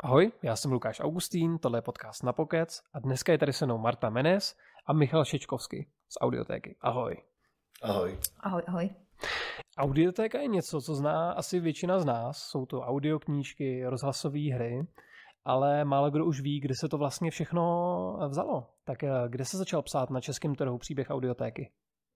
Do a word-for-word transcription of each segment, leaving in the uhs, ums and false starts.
Ahoj, já jsem Lukáš Augustín, tohle je podcast Na Pokec a dneska je tady se mnou Marta Menes a Michal Šečkovský z Audiotéky. Ahoj. Ahoj. Ahoj, ahoj. Audiotéka je něco, co zná asi většina z nás. Jsou to audioknížky, rozhlasové hry, ale málo kdo už ví, kde se to vlastně všechno vzalo. Tak kde se začal psát na českém trhu příběh Audiotéky?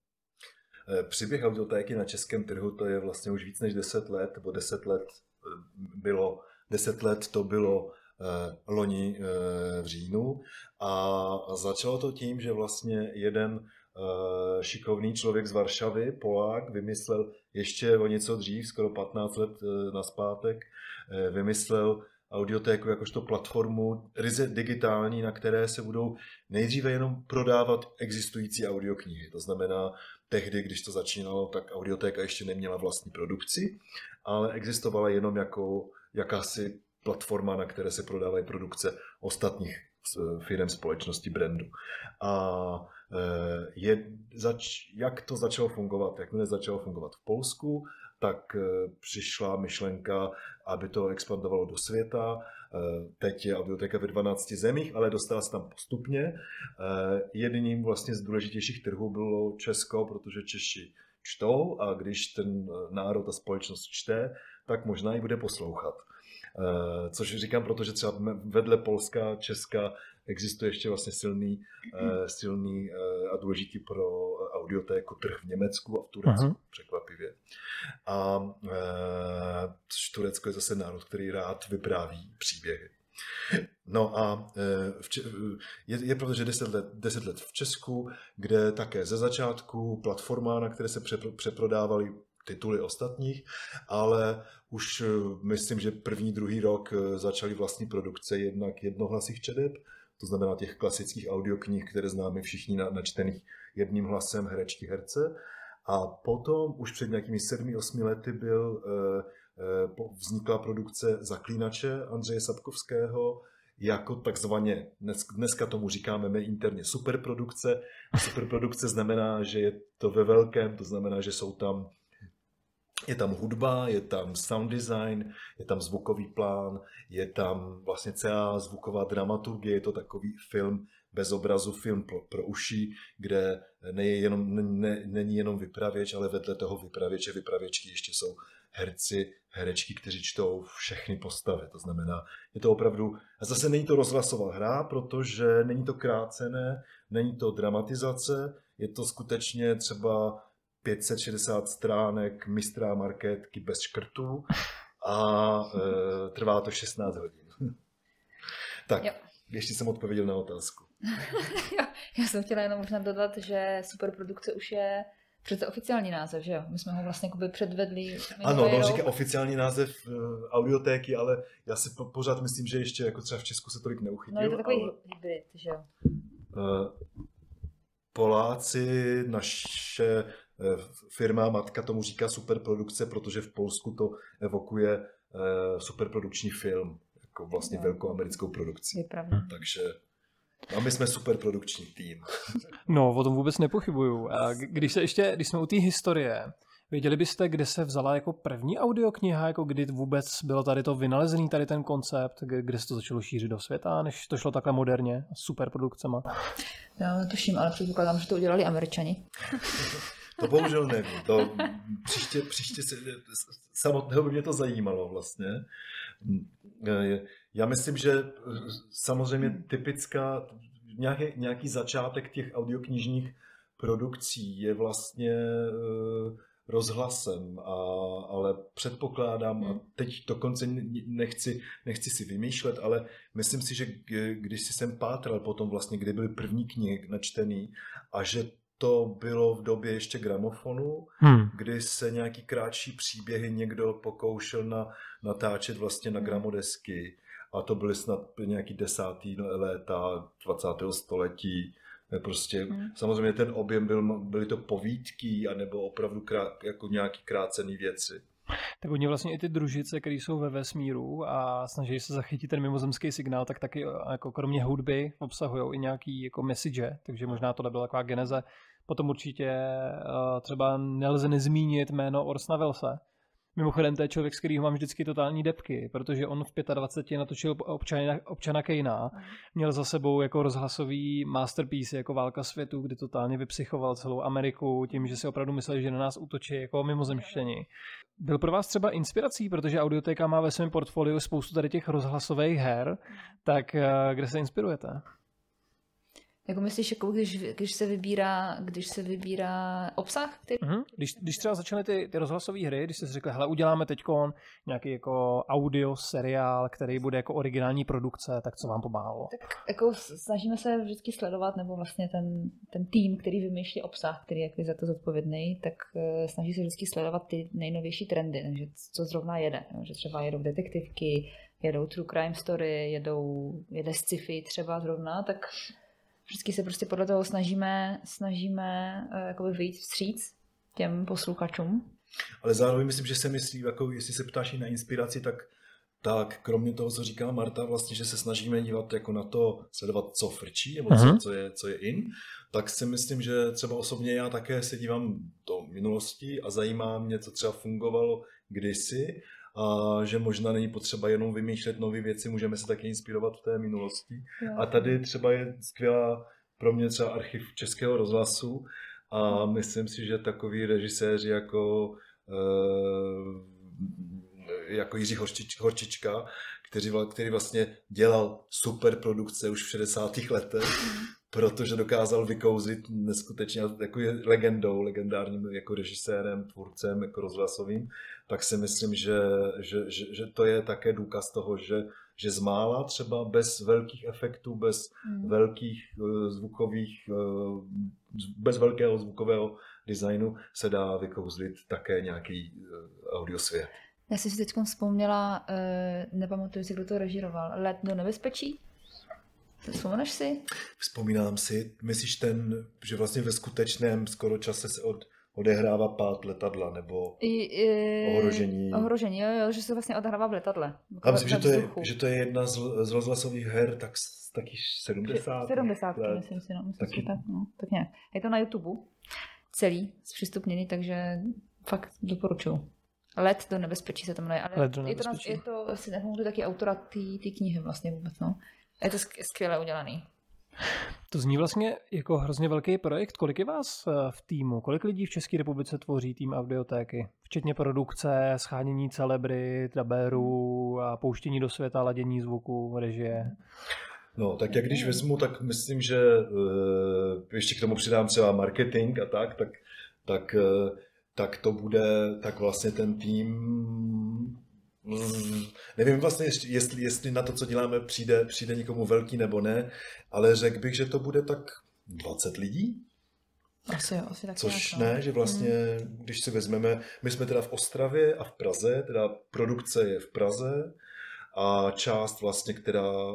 Příběh Audiotéky na českém trhu to je vlastně už víc než deset let, nebo deset let bylo, deset let to bylo eh, loni eh, v říjnu a začalo to tím, že vlastně jeden eh, šikovný člověk z Varšavy, Polák, vymyslel ještě o něco dřív, skoro patnáct let eh, nazpátek, eh, vymyslel Audiotéku jakožto platformu ryze digitální, na které se budou nejdříve jenom prodávat existující audioknihy. To znamená, tehdy, když to začínalo, tak Audiotéka ještě neměla vlastní produkci, ale existovala jenom jako jakási platforma, na které se prodávají produkce ostatních firem, společnosti, brandu. A je, zač, jak to začalo fungovat? Jakmile začalo fungovat v Polsku, tak přišla myšlenka, aby to expandovalo do světa. Teď je Audiotéka ve dvanácti zemích, ale dostala se tam postupně. Jedním vlastně z důležitějších trhů bylo Česko, protože Češi čtou a když ten národ a společnost čte, tak možná i bude poslouchat. Což říkám, protože třeba vedle Polska, Česka existuje ještě vlastně silný, silný a důležitý pro Audiotéku trh v Německu a v Turecku, uh-huh. překvapivě. A e, Turecko je zase národ, který rád vypráví příběhy. No a v, je, je pravda, že deset let, deset let v Česku, kde také ze začátku platforma, na které se přepro, přeprodávaly tituly ostatních, ale už myslím, že první, druhý rok začaly vlastní produkce jednak jednohlasých četeb, to znamená těch klasických audioknih, které známe všichni načtených jedním hlasem herečky, herce. A potom už před nějakými sedmi, osmi lety byl, vznikla produkce Zaklínače Andřeje Sapkovského jako takzvaně, dneska tomu říkáme my interně superprodukce. Superprodukce znamená, že je to ve velkém, to znamená, že jsou tam Je tam hudba, je tam sound design, je tam zvukový plán, je tam vlastně celá zvuková dramaturgie, je to takový film bez obrazu, film pro, pro uši, kde neje jenom, ne, není jenom vypravěč, ale vedle toho vypravěče, vypravěčky ještě jsou herci, herečky, kteří čtou všechny postavy. To znamená, je to opravdu, a zase není to rozhlasová hra, protože není to krácené, není to dramatizace, je to skutečně třeba pět set šedesát stránek mistrá markétky bez škrtů a e, trvá to šestnáct hodin. Tak, jo. Ještě jsem odpověděl na otázku. jo, já jsem chtěla jenom možná dodat, že superprodukce už je přece oficiální název, že jo? My jsme ho vlastně předvedli. Ano, no, říká oficiální název uh, Audiotéky, ale já si po, pořád myslím, že ještě jako třeba v Česku se tolik neuchytil. No je to takový ale... hybrid, že jo? Uh, Poláci, naše firma matka tomu říká superprodukce, protože v Polsku to evokuje uh, superprodukční film, jako vlastně no. velkou americkou produkci. Je pravda. Takže a my jsme superprodukční tým. No, o tom vůbec nepochybuju. A když se ještě, když jsme u té historie, věděli byste, kde se vzala jako první audiokniha, jako kdy vůbec bylo tady to vynalezený, tady ten koncept, kde se to začalo šířit do světa, než to šlo takhle moderně, s superprodukcema? Já netuším, ale předpokládám, že to udělali Američani. To bohužel nevím. To příště, příště se, samotného by mě to zajímalo vlastně. Já myslím, že samozřejmě typická, nějaký, nějaký začátek těch audioknižních produkcí je vlastně rozhlasem, a, ale předpokládám, a teď dokonce nechci, nechci si vymýšlet, ale myslím si, že když si jsem pátral potom vlastně, kdy byly první knihy načtený a že to bylo v době ještě gramofonu, hmm. kdy se nějaký krátší příběhy někdo pokoušel na, natáčet vlastně na gramodesky a to byly snad nějaký desátý léta dvacátého století. Prostě hmm. samozřejmě ten objem byl, byly to povídky anebo opravdu krát, jako nějaký krácený věci. Tak oni vlastně i ty družice, které jsou ve vesmíru a snaží se zachytit ten mimozemský signál, tak taky jako kromě hudby obsahují i nějaký jako message, takže možná tohle byla taková geneze. Potom určitě uh, třeba nelze nezmínit jméno Orsona Wellese, Mimochodem, to je člověk, z kterého mám vždycky totální depky, protože on v dvaceti pěti natočil občana, občana Kejna, měl za sebou jako rozhlasový masterpiece, jako Válka světů, kdy totálně vypsychoval celou Ameriku tím, že si opravdu mysleli, že na nás útočí jako mimozemštění. Byl pro vás třeba inspirací, protože Audiotéka má ve svém portfoliu spoustu tady těch rozhlasových her, tak kde se inspirujete? Jako myslíš, jako když, když se vybírá, když se vybírá obsah? Který... Mm-hmm. Když, když třeba začaly ty, ty rozhlasové hry, když jste si řekli, hele, uděláme teďkon nějaký jako audio seriál, který bude jako originální produkce, tak co vám pomáhalo? Tak jako snažíme se vždycky sledovat, nebo vlastně ten, ten tým, který vymýšlí obsah, který je za to zodpovědný, tak uh, snaží se vždycky sledovat ty nejnovější trendy, takže co zrovna jede. No, že třeba jedou detektivky, jedou true crime story, jedou, jede sci-fi třeba zrovna, tak vždycky se prostě podle toho snažíme, snažíme uh, jakoby vyjít vstříc těm posluchačům. Ale zároveň myslím, že se myslí, jako jestli se ptáš i na inspiraci, tak, tak kromě toho, co říká Marta, vlastně, že se snažíme dívat jako na to, sledovat, co frčí, nebo co, co, je, co je in, tak si myslím, že třeba osobně já také se dívám do minulosti a zajímá mě, co třeba fungovalo kdysi, a že možná není potřeba jenom vymýšlet nové věci, můžeme se taky inspirovat v té minulosti. Jo. A tady třeba je skvělá pro mě třeba archiv Českého rozhlasu a myslím si, že takový režiséři jako, jako Jiří Horčič, Horčička, který, který vlastně dělal super produkce už v šedesátých letech, protože dokázal vykouzlit neskutečně, jako je legendou, legendárním jako režisérem, tvůrcem, jako rozhlasovým, tak si myslím, že, že, že, že to je také důkaz toho, že, že z mála třeba bez velkých efektů, bez mm. velkých uh, zvukových, uh, bez velkého zvukového designu se dá vykouzlit také nějaký uh, audiosvět. Já jsem si teď vzpomněla, uh, nepamatuji si, kdo to režíroval, Let do nebezpečí? Vzpomínáš si? Vzpomínám si. Myslíš ten, že vlastně ve skutečném skoro čase se od, odehrává pád letadla, nebo I, i, ohrožení? Ohrožení, jo, jo, že se vlastně odehrává v letadle. Já myslím, že to, je, že to je jedna z, z rozhlasových her tak, taky sedmdesát. sedmdesát, myslím si, no. Myslím taky. Si, tak, no, tak nějak. Je to na YouTube celý, zpřístupněný, takže fakt doporučuju. Let do nebezpečí se to jmenuje. Ale Let do nebezpečí. Je to, je to asi nepamatuji taky autora té knihy vlastně vůbec, no. Je to skvěle udělaný. To zní vlastně jako hrozně velký projekt. Kolik je vás v týmu? Kolik lidí v České republice tvoří tým Audiotéky? Včetně produkce, schánění celebrit, dabérů a pouštění do světa, ladění zvuku, režie. No, tak jak když vezmu, tak myslím, že ještě k tomu přidám třeba marketing a tak, tak, tak, tak to bude, tak vlastně ten tým... Hmm, nevím vlastně, jestli, jestli na to, co děláme, přijde, přijde někomu velký nebo ne, ale řekl bych, že to bude tak dvacet lidí. Asi jo, asi tak. Což nějak, ne, že vlastně, hmm. když si vezmeme, my jsme teda v Ostravě a v Praze, teda produkce je v Praze a část vlastně, která e,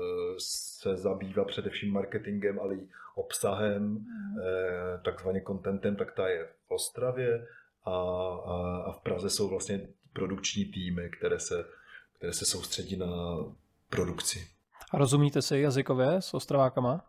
se zabývá především marketingem, ale i obsahem, hmm. e, takzvaně contentem, tak ta je v Ostravě a, a, a v Praze jsou vlastně produkční týmy, které se, které se soustředí na produkci. A rozumíte si jazykově s Ostravákama?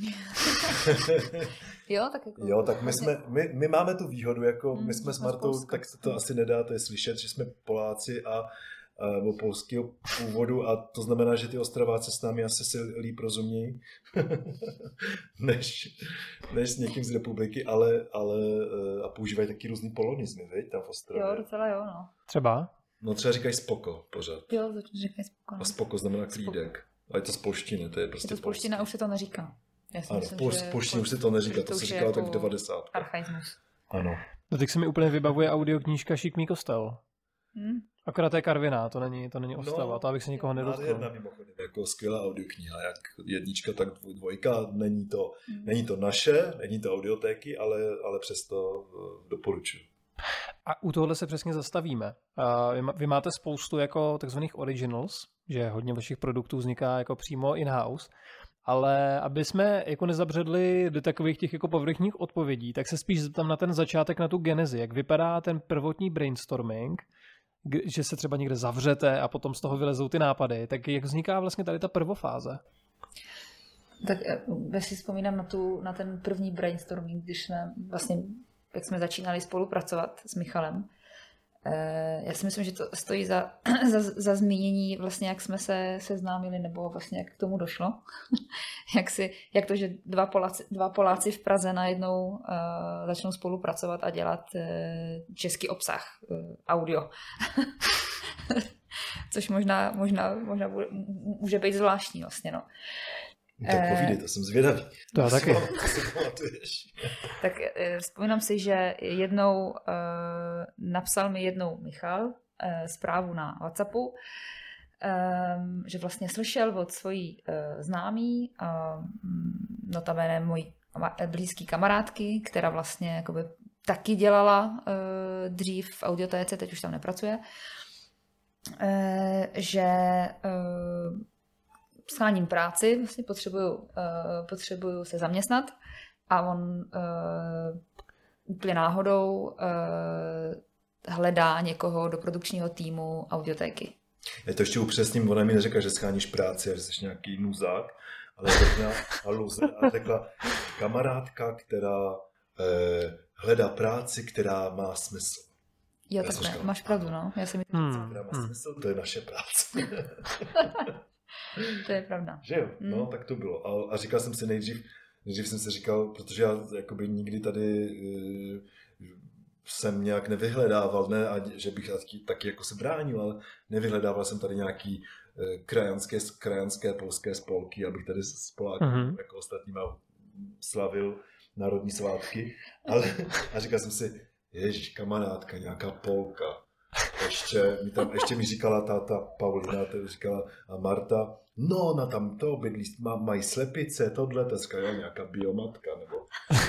jo, tak jako... Jo, tak my, jsme, my, my máme tu výhodu, jako mm, my jsme s Martou, tak se to asi nedáte slyšet, že jsme Poláci a nebo polského původu a to znamená, že ty Ostraváci s námi asi si líp rozumějí než, než s někým z republiky, ale, ale a používají taky různý polonizmy, veď, tam v Ostravě. Jo, docela jo, no. Třeba? No třeba říkají spoko pořád. Jo, říkají spoko. No. A spoko znamená klídek. A je to z polštiny, to je prostě je to z polštiny a už se to neříká. Já ano, v polštině už se to neříká, to, to se říkalo jako tak v devadesátkách. Archaismus. Ano. No tak se mi úplně vybavuje audioknížka Šik mý kostel. Hmm? Akorát je Karviná, to není, to není Ostrava, no, to abych se nikoho nedotkl. Jedna mimochodem, jako skvělá audiokniha, jak jednička, tak dvojka, není to, hmm. není to naše, není to Audiotéky, ale, ale přesto doporučuji. A u tohohle se přesně zastavíme. Vy máte spoustu jako takzvaných originals, že hodně vašich produktů vzniká jako přímo in-house, ale aby jsme jako nezabředli do takových těch jako povrchních odpovědí, tak se spíš zeptám na ten začátek, na tu genezi. Jak vypadá ten prvotní brainstorming, že se třeba někde zavřete a potom z toho vylezou ty nápady, tak jak vzniká vlastně tady ta prvofáze? Tak já si vzpomínám na, tu, na ten první brainstorming, když jsme vlastně, jak jsme začínali spolupracovat s Michalem, Já si myslím, že to stojí za, za, za zmínění, vlastně, jak jsme se seznámili, nebo vlastně jak k tomu došlo. jak, si, jak to, že dva Poláci, dva Poláci v Praze najednou uh, začnou spolupracovat a dělat uh, český obsah, uh, audio. Což možná, možná, možná bude, může být zvláštní vlastně, no. Tak povídej, to jsem zvědavý. To taky. Tak vzpomínám si, že jednou uh, napsal mi jednou Michal uh, zprávu na WhatsAppu, um, že vlastně slyšel od svojí uh, známý, uh, notabene mojí blízký kamarádky, která vlastně jakoby taky dělala uh, dřív v Audiotéce, teď už tam nepracuje, uh, že uh, scháním práci, vlastně potřebuju, uh, potřebuju se zaměstnat a on uh, úplně náhodou uh, hledá někoho do produkčního týmu Audiotéky. Já to ještě upřesním, ona mi neřekla, že scháníš práci a že jsi nějaký nuzák, ale řekla a loser a řekla kamarádka, která eh, hledá práci, která má smysl. Jo, tak ne, máš pravdu, no. Já si myslím, hmm. která má smysl, to je naše práce. To je pravda. Že jo, no, mm. tak to bylo. A, a říkal jsem si nejdřív, nejdřív jsem si říkal, protože já jakoby nikdy tady uh, jsem nějak nevyhledával, ne, a že bych taky, taky jako se bránil, ale nevyhledával jsem tady nějaký uh, krajanské, krajanské polské spolky, abych tady s Poláky mm-hmm. jako ostatníma slavil národní svátky. Ale, a říkal jsem si, ježiš, kamarádka, nějaká Polka. Ještě mi, tam, ještě mi říkala táta Paulina, to říkala a Marta, no na tam to bydlí, má, mají slepice, tohle, to je nějaká biomatka, nebo...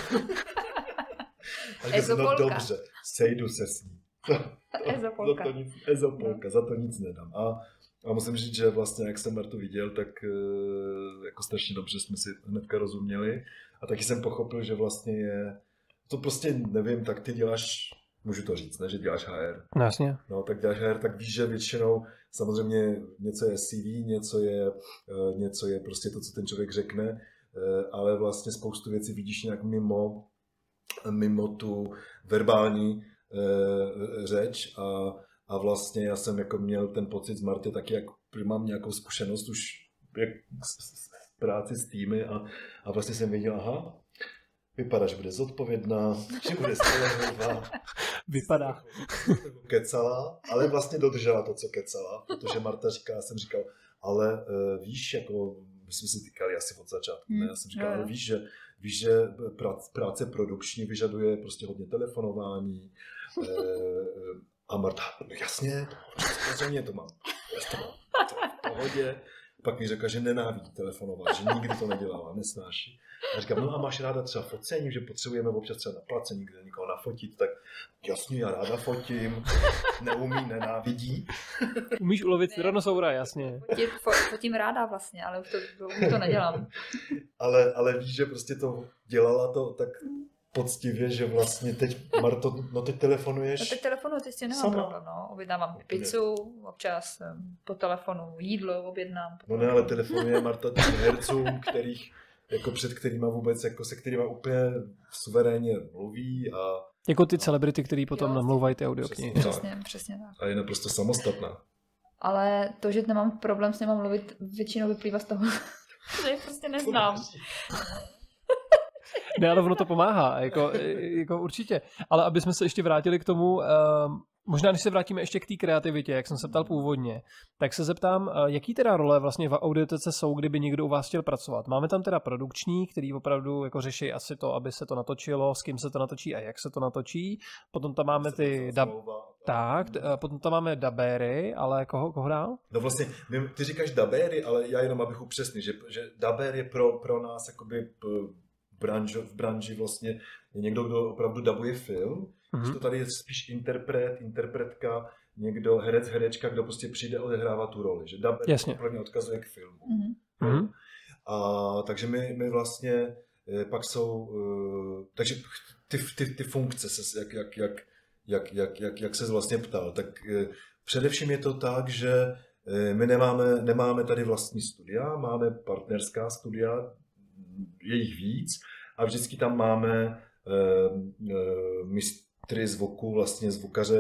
Ezopolka. No dobře, sejdu se s ní. To, to, Ezopolka. Za to nic, ezopolka, no. Za to nic nedám. A, a musím říct, že vlastně, jak jsem Martu viděl, tak jako strašně dobře jsme si hnedka rozuměli. A taky jsem pochopil, že vlastně je, to prostě nevím, tak ty děláš... Můžu to říct, ne, že děláš H R. No, jasně. No, tak děláš H R, tak víš, že většinou samozřejmě něco je C V, něco je, uh, něco je prostě to, co ten člověk řekne, uh, ale vlastně spoustu věcí vidíš nějak mimo, mimo tu verbální uh, řeč a, a vlastně já jsem jako měl ten pocit z Marty taky, jak mám nějakou zkušenost už jak z práci s týmy a, a vlastně jsem věděl, aha, vypadá, že bude zodpovědná, že bude spolehlivá. Vypadá. Kecala, ale vlastně dodržela to, co kecala, protože Marta říká, já jsem říkal, ale uh, víš, jako, my jsme si týkali asi od začátku, ne? Já jsem říkal, ale víš, že, víš, že práce produkční vyžaduje prostě hodně telefonování uh, a Marta, no jasně, samozřejmě to mám, to mám, to v pohodě. Pak mi řekla, že nenávidí telefonovat, že nikdy to nedělala, nesnáší. A říkám, no a máš ráda třeba focení, že potřebujeme občas třeba na place někde někoho nafotit, tak jasně, já ráda fotím, neumí, nenávidí. Umíš ulovit tyranosaura, jasně. Fotím, fotím ráda vlastně, ale už to, už to nedělám. ale, ale víš, že prostě to dělala to tak poctivě, že vlastně teď, Marto, no teď telefonuješ. No teď telefonuji, teď si nemám problém, no. Objednávám pizzu, občas po telefonu jídlo objednám. No ne, ale telefonuje Marta těm hercům, kterých, jako před kterýma vůbec, jako se kterýma úplně suverénně mluví a... Jako ty celebrity, který potom namlouvají ty audioknihy. Přesně, přesně tak. A je naprosto samostatná. Ale to, že nemám problém s něma mluvit, většinou vyplývá z toho, že je prostě neznám. Ne, ale ono to pomáhá, jako, jako určitě. Ale aby jsme se ještě vrátili k tomu, uh, možná než se vrátíme ještě k té kreativitě, jak jsem se ptal původně, tak se zeptám, uh, jaký teda role vlastně v Audiotece jsou, kdyby někdo u vás chtěl pracovat. Máme tam teda produkční, který opravdu jako řeší asi to, aby se to natočilo, s kým se to natočí a jak se to natočí. Potom tam máme ty... Dab... Tak, potom tam máme dabéry, ale koho, koho dál? No vlastně, ty říkáš dabéry, ale já jenom abych upřesnil, že, že dabér je pro, pro nás jakoby... Branži, v branži vlastně je někdo, kdo opravdu dabuje film. Mm-hmm. To tady je spíš interpret, interpretka, někdo, herec, herečka, kdo prostě přijde a odehrává tu roli. Že daber úplně odkazuje k filmu. Mm-hmm. A takže my, my vlastně pak jsou, uh, takže ty, ty, ty funkce, se, jak, jak, jak, jak, jak, jak, jak se vlastně ptal, tak uh, především je to tak, že uh, my nemáme, nemáme tady vlastní studia, máme partnerská studia, je jich víc a vždycky tam máme uh, uh, mistry zvuku, vlastně zvukaře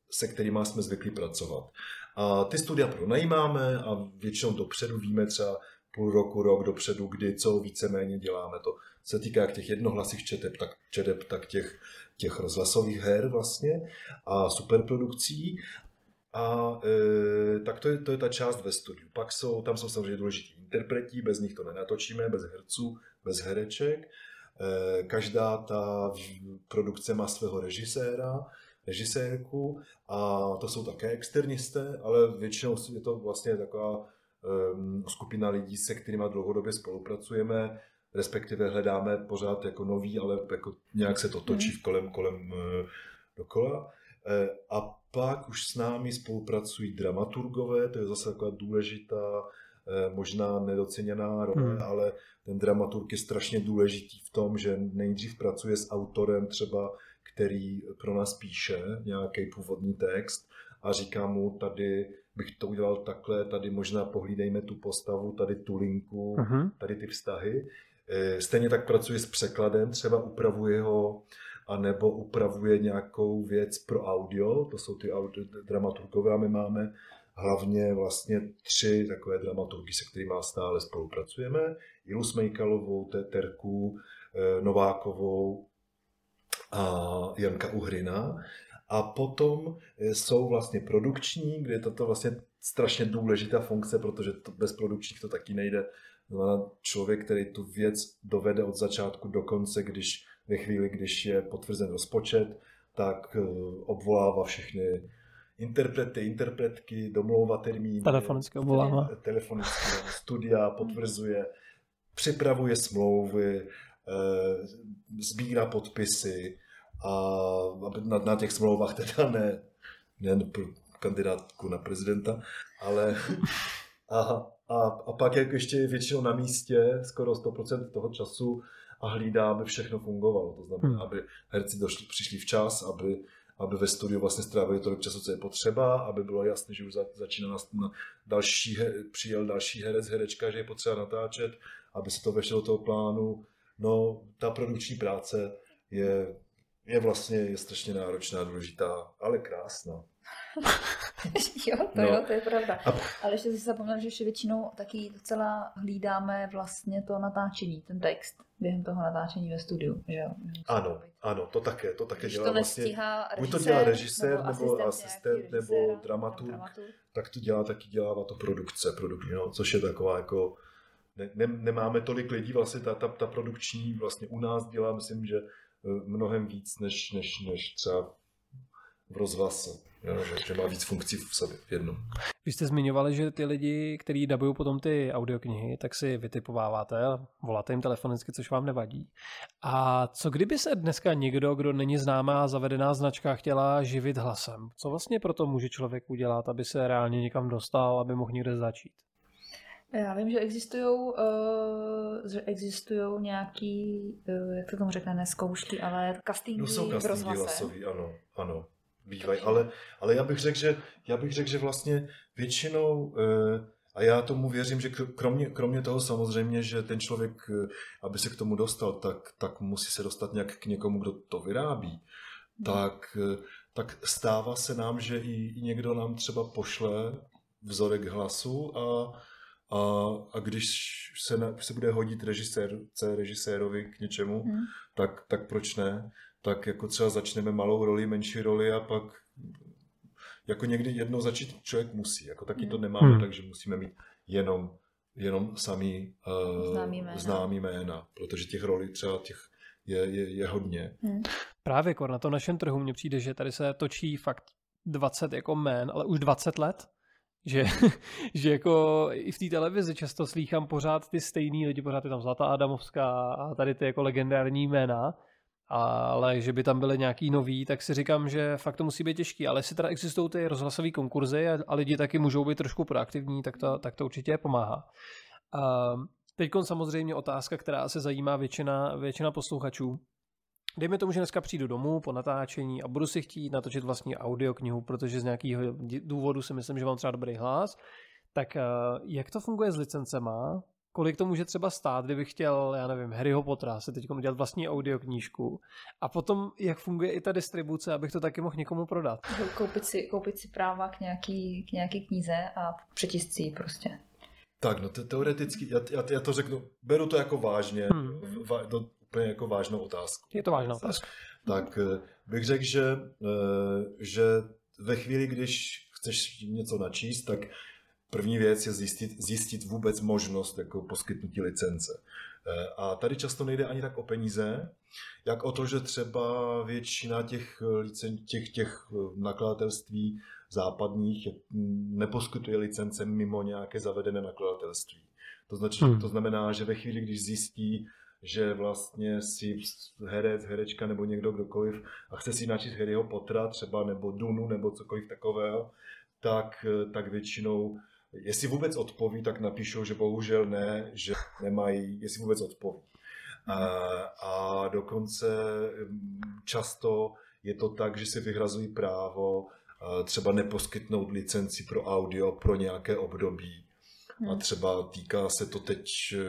se kterými jsme zvyklí pracovat. A ty studia pronajímáme a většinou dopředu víme třeba půl roku, rok dopředu, kdy co víceméně děláme. To se týká jak těch jednohlasých četeb, tak, četeb, tak těch, těch rozhlasových her vlastně a superprodukcí. A e, tak to je, to je ta část ve studiu. Pak jsou, tam jsou samozřejmě důležití interpreti, bez nich to nenatočíme, bez herců, bez hereček. E, každá ta produkce má svého režiséra, režisérku a to jsou také externisté, ale většinou je to vlastně taková um, skupina lidí, se kterými dlouhodobě spolupracujeme, respektive hledáme pořád jako nový, ale jako nějak se to točí v kolem, kolem uh, dokola. E, a pak už s námi spolupracují dramaturgové, to je zase taková důležitá, e, možná nedoceněná role, hmm. ale ten dramaturg je strašně důležitý v tom, že nejdřív pracuje s autorem třeba, který pro nás píše nějaký původní text a říká mu, tady bych to udělal takhle, tady možná pohlídejme tu postavu, tady tu linku, uh-huh. tady ty vztahy. Stejně tak pracuje s překladem, třeba upravuje ho, anebo upravuje nějakou věc pro audio, to jsou ty audio, dramaturgové, a my máme hlavně vlastně tři takové dramaturgy, se kterými stále spolupracujeme. Ilu Smejkalovou, Terku Novákovou a Janka Uhrina. A potom jsou vlastně produkční, kde je toto vlastně strašně důležitá funkce, protože to bez produkčních to taky nejde. Člověk, který tu věc dovede od začátku do konce, když ve chvíli, když je potvrzen rozpočet, tak obvolává všechny interprety, interpretky, domlouvá termíny, telefonicky obvolává, telefonicky studia, potvrzuje, připravuje smlouvy, sbírá podpisy a na, na těch smlouvách teda ne, ne pro kandidátku na prezidenta, ale a, a, a pak jak ještě je většinou na místě skoro sto procent toho času a hlídá, aby všechno fungovalo. To znamená, hmm. aby herci došli, přišli včas, aby, aby ve studiu vlastně strávili tolik času, co je potřeba, aby bylo jasné, že už za, začíná na, na další, přijel další herec, herečka, že je potřeba natáčet, aby se to vešlo do toho plánu. No, ta produkční práce je, je vlastně je strašně náročná, důležitá, ale krásná. jo, to no. jo, to je pravda. A... Ale ještě si zapomněl, že ještě většinou taky docela hlídáme vlastně to natáčení, ten text během toho natáčení ve studiu. Že jo? Ano, ano, to také, to také Když dělá to vlastně, režisér, buď to dělá režisér, nebo asistent, nebo, asistent, nebo dramaturg, dramaturg, tak to dělá taky dělává to produkce, produkce no, což je taková jako, ne, ne, nemáme tolik lidí, vlastně ta, ta, ta produkční vlastně u nás dělá, myslím, že mnohem víc, než, než, než třeba v rozhlase. Jo, že má víc funkcí v sobě, v jednom. Vy jste zmiňovali, že ty lidi, kteří dabují potom ty audioknihy, tak si vytipováváte, voláte jim telefonicky, což vám nevadí. A co kdyby se dneska někdo, kdo není známá zavedená značka, chtěla živit hlasem? Co vlastně pro to může člověk udělat, aby se reálně někam dostal, aby mohl někde začít? Já vím, že existují uh, existují nějaký, uh, jak to tomu řekne, ne zkoušky, ale castingy, no, jsou v castingy rozhlase. Hlasový, ano, ano. Bývají, ale, ale já bych řekl, že, já bych řekl, že vlastně většinou, a já tomu věřím, že kromě, kromě toho samozřejmě, že ten člověk, aby se k tomu dostal, tak, tak musí se dostat nějak k někomu, kdo to vyrábí, hmm. tak, tak stává se nám, že i, i někdo nám třeba pošle vzorek hlasu a, a, a když se, na, se bude hodit režisérce, režisérovi k něčemu, hmm. tak, tak proč ne? Tak jako třeba začneme malou roli, menší roli a pak jako někdy jednou začít člověk musí. Jako taky to nemáme, hmm. takže musíme mít jenom, jenom samý uh, známý, jména. známý jména, protože těch rolí třeba těch je, je, je hodně. Hmm. Právě na tom našem trhu mně přijde, že tady se točí fakt dvacet jako jmén, ale už dvacet let. Že, že jako i v té televizi často slýchám pořád ty stejný lidi, pořád je tam Zlatá Adamovská a tady ty jako legendární jména. Ale že by tam byly nějaký nový, tak si říkám, že fakt to musí být těžký. Ale jestli teda existují ty rozhlasové konkurzy a, a lidi taky můžou být trošku proaktivní, tak to, tak to určitě pomáhá. Teď samozřejmě otázka, která se zajímá většina, většina posluchačů. Dejme tomu, že dneska přijdu domů po natáčení a budu si chtít natočit vlastní audioknihu, protože z nějakého důvodu si myslím, že mám třeba dobrý hlas. Tak jak to funguje s licencema? kolik to může třeba stát, kdybych chtěl, já nevím, Harryho Pottera, se teď udělat vlastní audioknížku a potom, jak funguje i ta distribuce, abych to taky mohl někomu prodat. Koupit si, koupit si práva k nějaký, k nějaký knize a přečíst si ji prostě. Tak, no te- teoreticky, já, já, já to řeknu, beru to jako vážně, Hmm. va, to úplně jako vážnou otázku. Je to vážná otázka. Tak bych řekl, že, že ve chvíli, když chceš něco načíst, tak první věc je zjistit, zjistit vůbec možnost jako poskytnutí licence. A tady často nejde ani tak o peníze, jak o to, že třeba většina těch, licen, těch, těch nakladatelství západních neposkytuje licence mimo nějaké zavedené nakladatelství. To, značí, hmm. to znamená, že ve chvíli, když zjistí, že vlastně si herec, herečka nebo někdo kdokoliv a chce si načíst Harryho Pottera třeba nebo Dunu nebo cokoliv takového, tak, tak většinou, jestli vůbec odpoví, tak napíšou, že bohužel ne, že nemají, jestli vůbec odpoví. A, a dokonce často je to tak, že si vyhrazují právo třeba neposkytnout licenci pro audio pro nějaké období. A třeba týká se to teď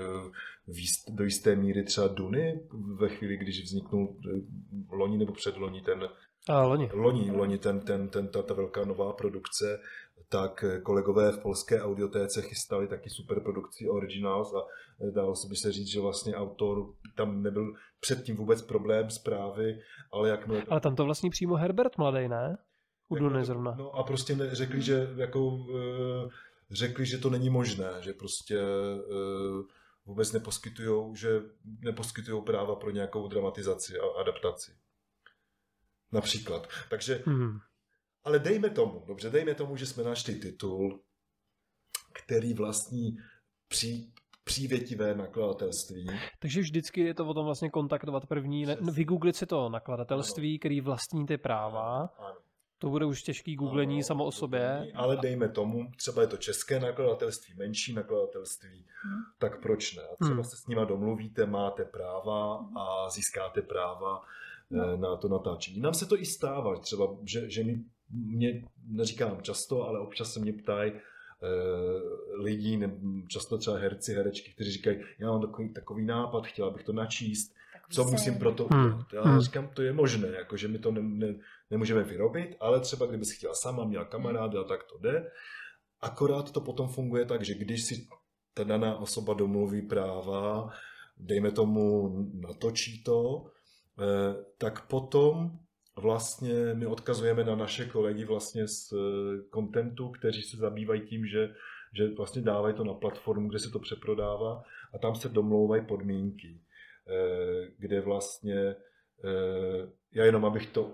do jisté míry třeba Duny, ve chvíli, když vzniknul loni nebo předloni ten A, loni. loni, loni ten, ten, ten, ta, ta velká nová produkce, tak kolegové v polské audiotéce chystali taky super produkci Originals a dalo se by se říct, že vlastně autor, tam nebyl předtím vůbec problém zprávy, ale jakmile... Ale tam to vlastně přímo Herbert Mladej, ne? U jako, Duny zrovna. No a prostě ne, řekli, že jako... řekli, že to není možné, že prostě uh, vůbec neposkytujou, že neposkytujou práva pro nějakou dramatizaci a adaptaci. Například. Takže, hmm. ale dejme tomu, dobře, dejme tomu, že jsme našli titul, který vlastní pří, přívětivé nakladatelství. Takže vždycky je to o tom vlastně kontaktovat první, ne, vygooglit si to nakladatelství, ano. který vlastní ty práva. Ano. To bude už těžký googlení ano, samo o sobě. Ale dejme tomu, třeba je to české nakladatelství, menší nakladatelství, hmm. tak proč ne? A třeba hmm. se s nima domluvíte, máte práva a získáte práva no. na to natáčení. Nám se to i stává, třeba, že, že mi, mě, neříkám často, ale občas se mě ptají eh, lidi, ne, často třeba herci, herečky, kteří říkají, já mám takový, takový nápad, chtěla bych to načíst, co musím pro to udělat. Já hmm. říkám, to je možné, jako, že my to ne, ne, nemůžeme vyrobit, ale třeba kdyby si chtěla sama, měla kamaráda, tak to jde. Akorát to potom funguje tak, že když si ta daná osoba domluví práva, dejme tomu natočí to, eh, tak potom vlastně my odkazujeme na naše kolegy vlastně z contentu, kteří se zabývají tím, že, že vlastně dávají to na platformu, kde se to přeprodává a tam se domlouvají podmínky, kde vlastně, já jenom abych to,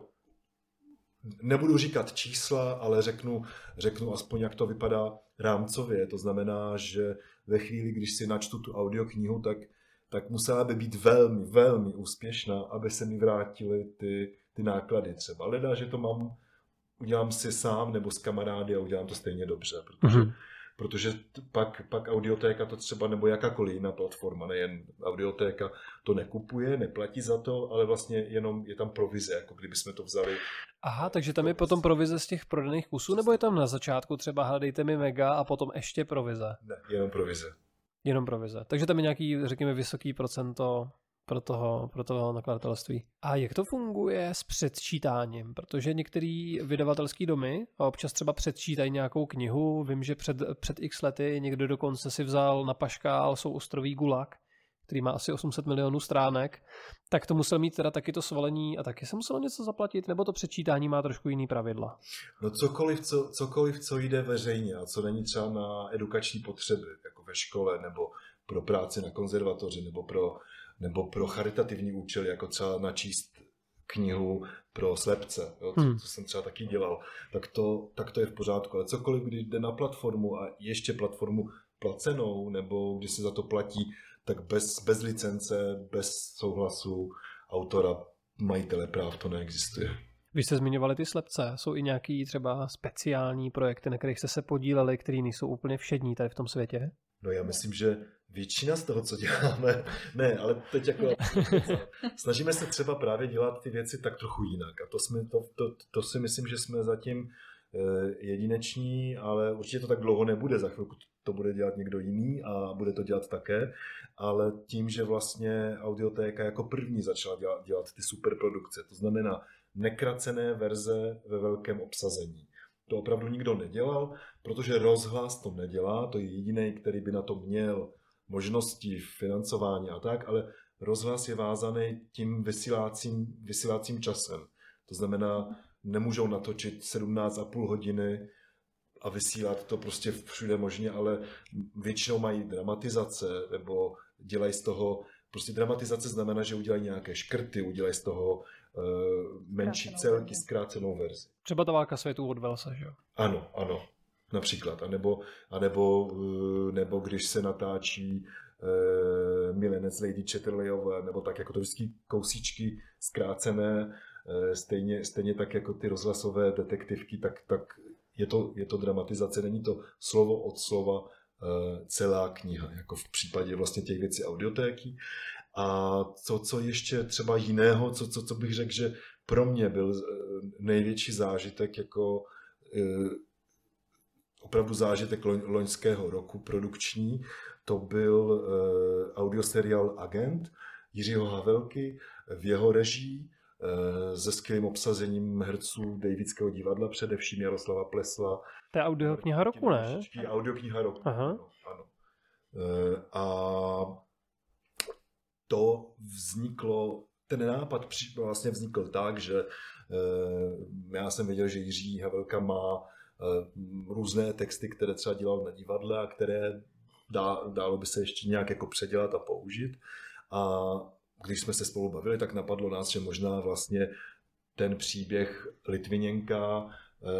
nebudu říkat čísla, ale řeknu, řeknu aspoň, jak to vypadá rámcově. To znamená, že ve chvíli, když si načtu tu audioknihu, tak, tak musela by být velmi, velmi úspěšná, aby se mi vrátily ty, ty náklady třeba. Leda, že to mám, udělám si sám nebo s kamarády a udělám to stejně dobře, protože mm-hmm. Protože pak, pak audiotéka to třeba, nebo jakákoliv jiná platforma, nejen audiotéka, to nekupuje, neplatí za to, ale vlastně jenom je tam provize, jako kdyby jsme to vzali. Aha, takže tam je potom provize z těch prodaných kusů, nebo je tam na začátku třeba hledejte mi mega a potom ještě provize? Ne, jenom provize. Jenom provize. Takže tam je nějaký, řekněme, vysoký procento pro toho, pro toho nakladatelství. A jak to funguje s předčítáním? Protože některé vydavatelské domy občas třeba předčítají nějakou knihu. Vím, že před, před x lety někdo dokonce si vzal na paškál Souostrový Gulag, který má asi osm set milionů stránek, tak to musel mít teda taky to svalení a taky se muselo něco zaplatit, nebo to předčítání má trošku jiný pravidla? No cokoliv, co, cokoliv, co jde veřejně a co není třeba na edukační potřeby, jako ve škole, nebo pro práci na konzervatoři, nebo pro nebo pro charitativní účely, jako třeba načíst knihu pro slepce, jo, co, hmm. co jsem třeba taky dělal, tak to, tak to je v pořádku. Ale cokoliv, když jde na platformu a ještě platformu placenou, nebo když se za to platí, tak bez, bez licence, bez souhlasu autora, majitele práv to neexistuje. Vy jste zmiňovali ty slepce, jsou i nějaký třeba speciální projekty, na kterých jste se podíleli, které nejsou úplně všední tady v tom světě? No já myslím, že většina z toho, co děláme, ne, ale teď jako snažíme se třeba právě dělat ty věci tak trochu jinak. A to, jsme, to, to, to si myslím, že jsme zatím jedineční, ale určitě to tak dlouho nebude. Za chvilku to bude dělat někdo jiný a bude to dělat také, ale tím, že vlastně Audiotéka jako první začala dělat, dělat ty superprodukce, to znamená nekracené verze ve velkém obsazení. To opravdu nikdo nedělal, protože rozhlas to nedělá, to je jediný, který by na to měl možnosti financování a tak, ale rozhlas je vázaný tím vysílacím, vysílacím časem. To znamená, nemůžou natočit sedmnáct a půl hodiny a vysílat to prostě všude možně, ale většinou mají dramatizace nebo dělají z toho, prostě dramatizace znamená, že udělají nějaké škrty, udělají z toho uh, menší celky, zkrácenou verzi. Třeba ta Válka světů od Velse, že jo? Ano, ano, například. A nebo, a nebo, uh, nebo když se natáčí uh, Milenec Lady Chatterleyové, nebo tak jako to vždycky kousíčky zkrácené, uh, stejně, stejně tak jako ty rozhlasové detektivky, tak, tak je to, je to dramatizace, není to slovo od slova uh, celá kniha, jako v případě vlastně těch věcí Audiotéky. A co, co ještě třeba jiného, co, co, co bych řekl, že pro mě byl největší zážitek, jako uh, opravdu zážitek loň, loňského roku produkční, to byl uh, audioseriál Agent Jiřího Havelky v jeho režii, se skvělým obsazením herců Davidského divadla, především Jaroslava Plesla. To je audiokniha roku, ne? Audiokniha roku, Aha. ano, ano. A to vzniklo, ten nápad vlastně vznikl tak, že já jsem věděl, že Jiří Havelka má různé texty, které třeba dělal na divadle a které dá, dálo by se ještě nějak jako předělat a použít. A když jsme se spolu bavili, tak napadlo nás, že možná vlastně ten příběh Litviněnka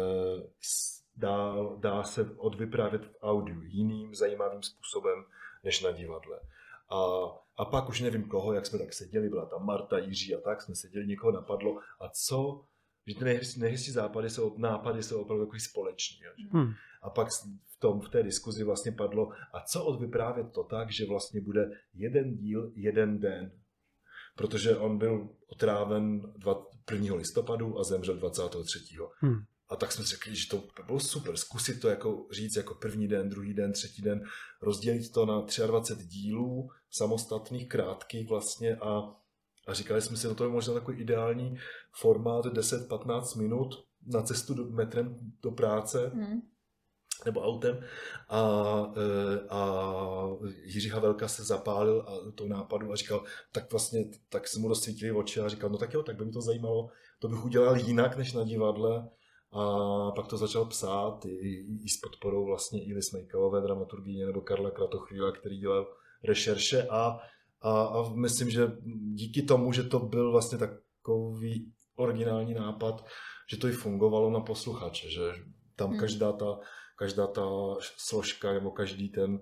dá, dá se odvyprávět v audiu jiným zajímavým způsobem než na divadle. A, a pak už nevím koho, jak jsme tak seděli, byla tam Marta, Jiří a tak, jsme seděli, někoho napadlo. A co? Že ty nejhezčí západy jsou, nápady jsou opravdu takový společný. Hmm. A pak v, tom, v té diskuzi vlastně padlo, a co odvyprávět to tak, že vlastně bude jeden díl, jeden den. Protože on byl otráven prvního listopadu a zemřel dvacátého třetího Hmm. A tak jsme řekli, že to by bylo super, zkusit to jako říct jako první den, druhý den, třetí den, rozdělit to na dvacet tři dílů, samostatných, krátkých vlastně a, a říkali jsme si, no to je možná takový ideální formát deset patnáct minut na cestu do, metrem do práce. Hmm. nebo autem a, a Jiří Havelka se zapálil a tou nápadu a říkal, tak vlastně, tak se mu rozsvítily oči a říkal, no tak jo, tak by mi to zajímalo, to bych udělal jinak než na divadle a pak to začal psát i, i, i s podporou vlastně Ily Smejkalové, dramaturgyně, nebo Karla Kratochvíla, který dělal rešerše a, a, a myslím, že díky tomu, že to byl vlastně takový originální nápad, že to i fungovalo na posluchače, že tam hmm. každá ta každá ta složka nebo každý ten,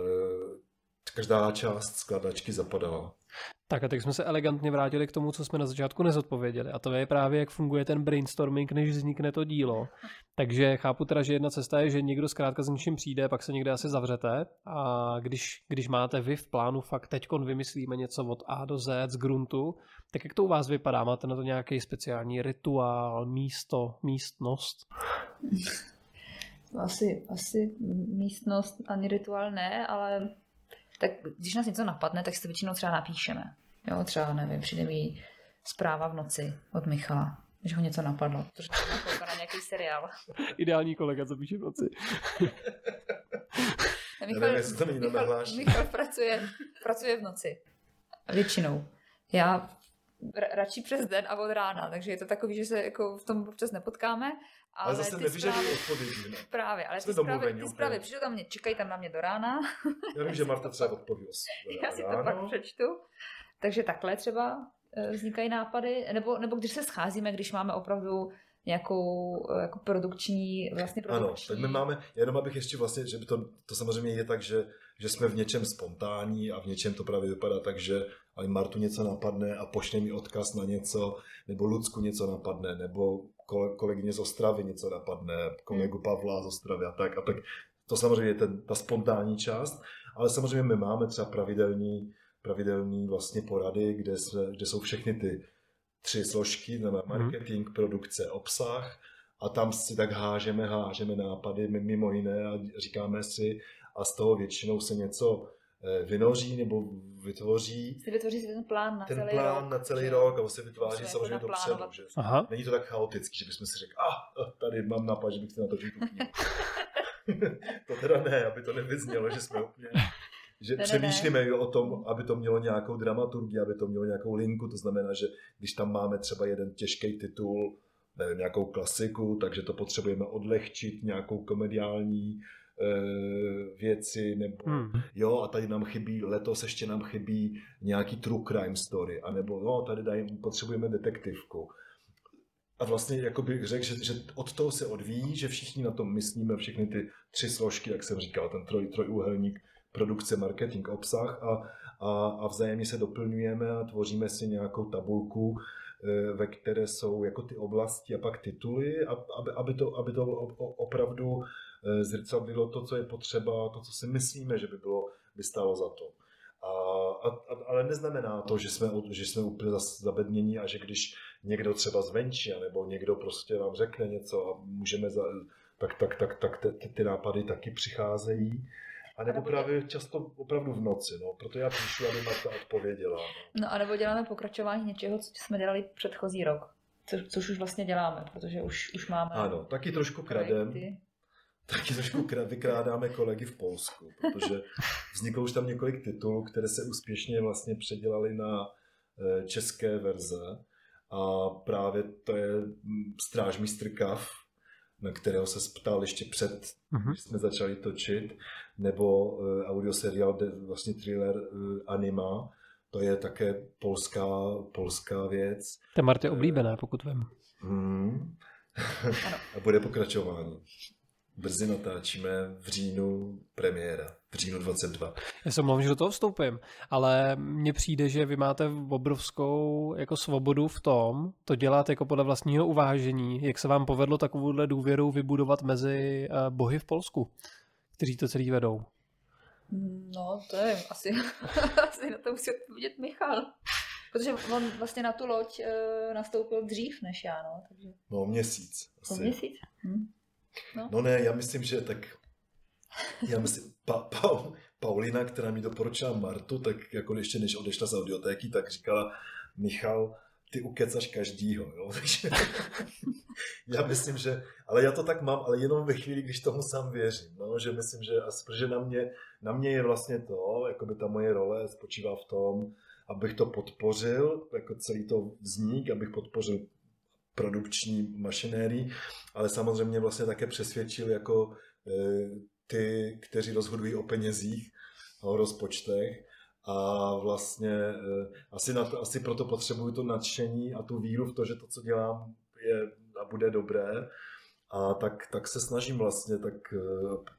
každá část skladačky zapadala. Tak a teď jsme se elegantně vrátili k tomu, co jsme na začátku nezodpověděli. A to je právě, jak funguje ten brainstorming, než vznikne to dílo. Takže chápu teda, že jedna cesta je, že někdo zkrátka s něčím přijde, pak se někde asi zavřete. A když, když máte vy v plánu fakt teďkon vymyslíme něco od A do Z z gruntu, tak jak to u vás vypadá? Máte na to nějaký speciální rituál, místo, místnost? Asi, asi místnost ani rituál ne, ale tak když nás něco napadne, tak si to většinou třeba napíšeme. Jo, třeba, nevím, přijde mi zpráva v noci od Michala, že ho něco napadlo, protože to na nějaký seriál. Ideální kolega, co píše v noci. Michal, nevím, Michal, Michal pracuje, pracuje v noci. Většinou. Já radši přes den a od rána, takže je to takový, že se jako v tom občas nepotkáme. Ale, ale zase nevyžadují odpovědi. Ne? Právě, ale ty zprávy, ty zprávy přijdou tam mě, čekají tam na mě do rána. Já vím, že Marta třeba odpoví. Já si to pak přečtu. Takže takhle třeba vznikají nápady, nebo, nebo když se scházíme, když máme opravdu nějakou jako produkční, vlastně produkční. Ano, tak my máme, jenom abych ještě vlastně, že to, to samozřejmě je tak, že, že jsme v něčem spontánní a v něčem to právě vypadá tak, že ale Martu něco napadne a pošle mi odkaz na něco, nebo Lucku něco napadne, nebo kolegyně z Ostravy něco napadne, kolegu Pavla z Ostravy a tak. A tak to samozřejmě je ten, ta spontánní část, ale samozřejmě my máme třeba pravidelný, pravidelný vlastně porady, kde, jsme, kde jsou všechny ty tři složky, znamená marketing, produkce, obsah a tam si tak hážeme, hážeme nápady mimo jiné a říkáme si a z toho většinou se něco vynoří nebo vytvoří. Si vytvoří si ten plán na ten celý plán rok. na celý že? rok a on se vytváří samozřejmě dopředu. Že? Není to tak chaotický, že bychom si řekli, ah, tady mám nápad, že bych si natočil tu knihu. To teda ne, aby to nevyznělo, že jsme úplně... Že ne, přemýšlíme ne. o tom, aby to mělo nějakou dramaturgii, aby to mělo nějakou linku, to znamená, že když tam máme třeba jeden těžký titul, nevím, nějakou klasiku, takže to potřebujeme odlehčit nějakou komediální věci, nebo hmm. jo, a tady nám chybí, letos ještě nám chybí nějaký true crime story, anebo no, tady daj, potřebujeme detektivku. A vlastně jako bych řekl, že, že od toho se odvíjí, že všichni na tom myslíme, všechny ty tři složky, jak jsem říkal, ten troj, trojúhelník, produkce, marketing, obsah a, a, a vzájemně se doplňujeme a tvoříme si nějakou tabulku, ve které jsou jako ty oblasti a pak tituly, aby, aby, to, aby to opravdu zrcadlilo to, co je potřeba, to, co si myslíme, že by bylo, by stálo za to. A, a, ale neznamená to, že jsme, že jsme úplně zabednění a že když někdo třeba zvenčí, nebo někdo prostě nám řekne něco a můžeme, za, tak, tak, tak, tak ty, ty nápady taky přicházejí. A nebo právě často opravdu v noci, no. Proto já píšu, aby Marta odpověděla. No. no a nebo děláme pokračování něčeho, co jsme dělali předchozí rok. Co, což už vlastně děláme, protože už, už máme... Ano, taky trošku kradem. Taky trošku vykrádáme kolegy v Polsku, protože vzniklo už tam několik titulů, které se úspěšně vlastně předělaly na české verze. A právě to je Strážmistr Kav, na kterého se ptal ještě před, mm-hmm. když jsme začali točit, nebo uh, audioseriál, de, vlastně thriller uh, Anima, to je také polská, polská věc. To je Martě oblíbené, pokud vím. Mm. A bude pokračování. Brzy natáčíme v říjnu premiéra, v říjnu dvacet dva. Já se mluvím, že do toho vstoupím, ale mně přijde, že vy máte obrovskou jako svobodu v tom, to dělat jako podle vlastního uvážení. Jak se vám povedlo takovouhle důvěru vybudovat mezi bohy v Polsku, kteří to celý vedou? No, to je asi, asi na to musí odpovědět Michal. Protože on vlastně na tu loď e, nastoupil dřív než já, no. Takže... No, měsíc. Asi. O měsíc? Hm. No. no ne, já myslím, že tak, já myslím, pa, pa, Paulina, která mi doporučila Martu, tak jako ještě než odešla z audiotéky, tak říkala, Michal, ty ukecaš každýho, jo, takže já myslím, že, ale já to tak mám, ale jenom ve chvíli, když tomu sám věřím, no, že myslím, že, protože na mě, na mě je vlastně to, jako by ta moje role spočívá v tom, abych to podpořil, jako celý to vznik, abych podpořil produkční mašinérii, ale samozřejmě vlastně také přesvědčil jako e, ty, kteří rozhodují o penězích a o rozpočtech a vlastně e, asi, na to, asi proto potřebuju to nadšení a tu víru v to, že to, co dělám, je a bude dobré a tak, tak se snažím vlastně tak e,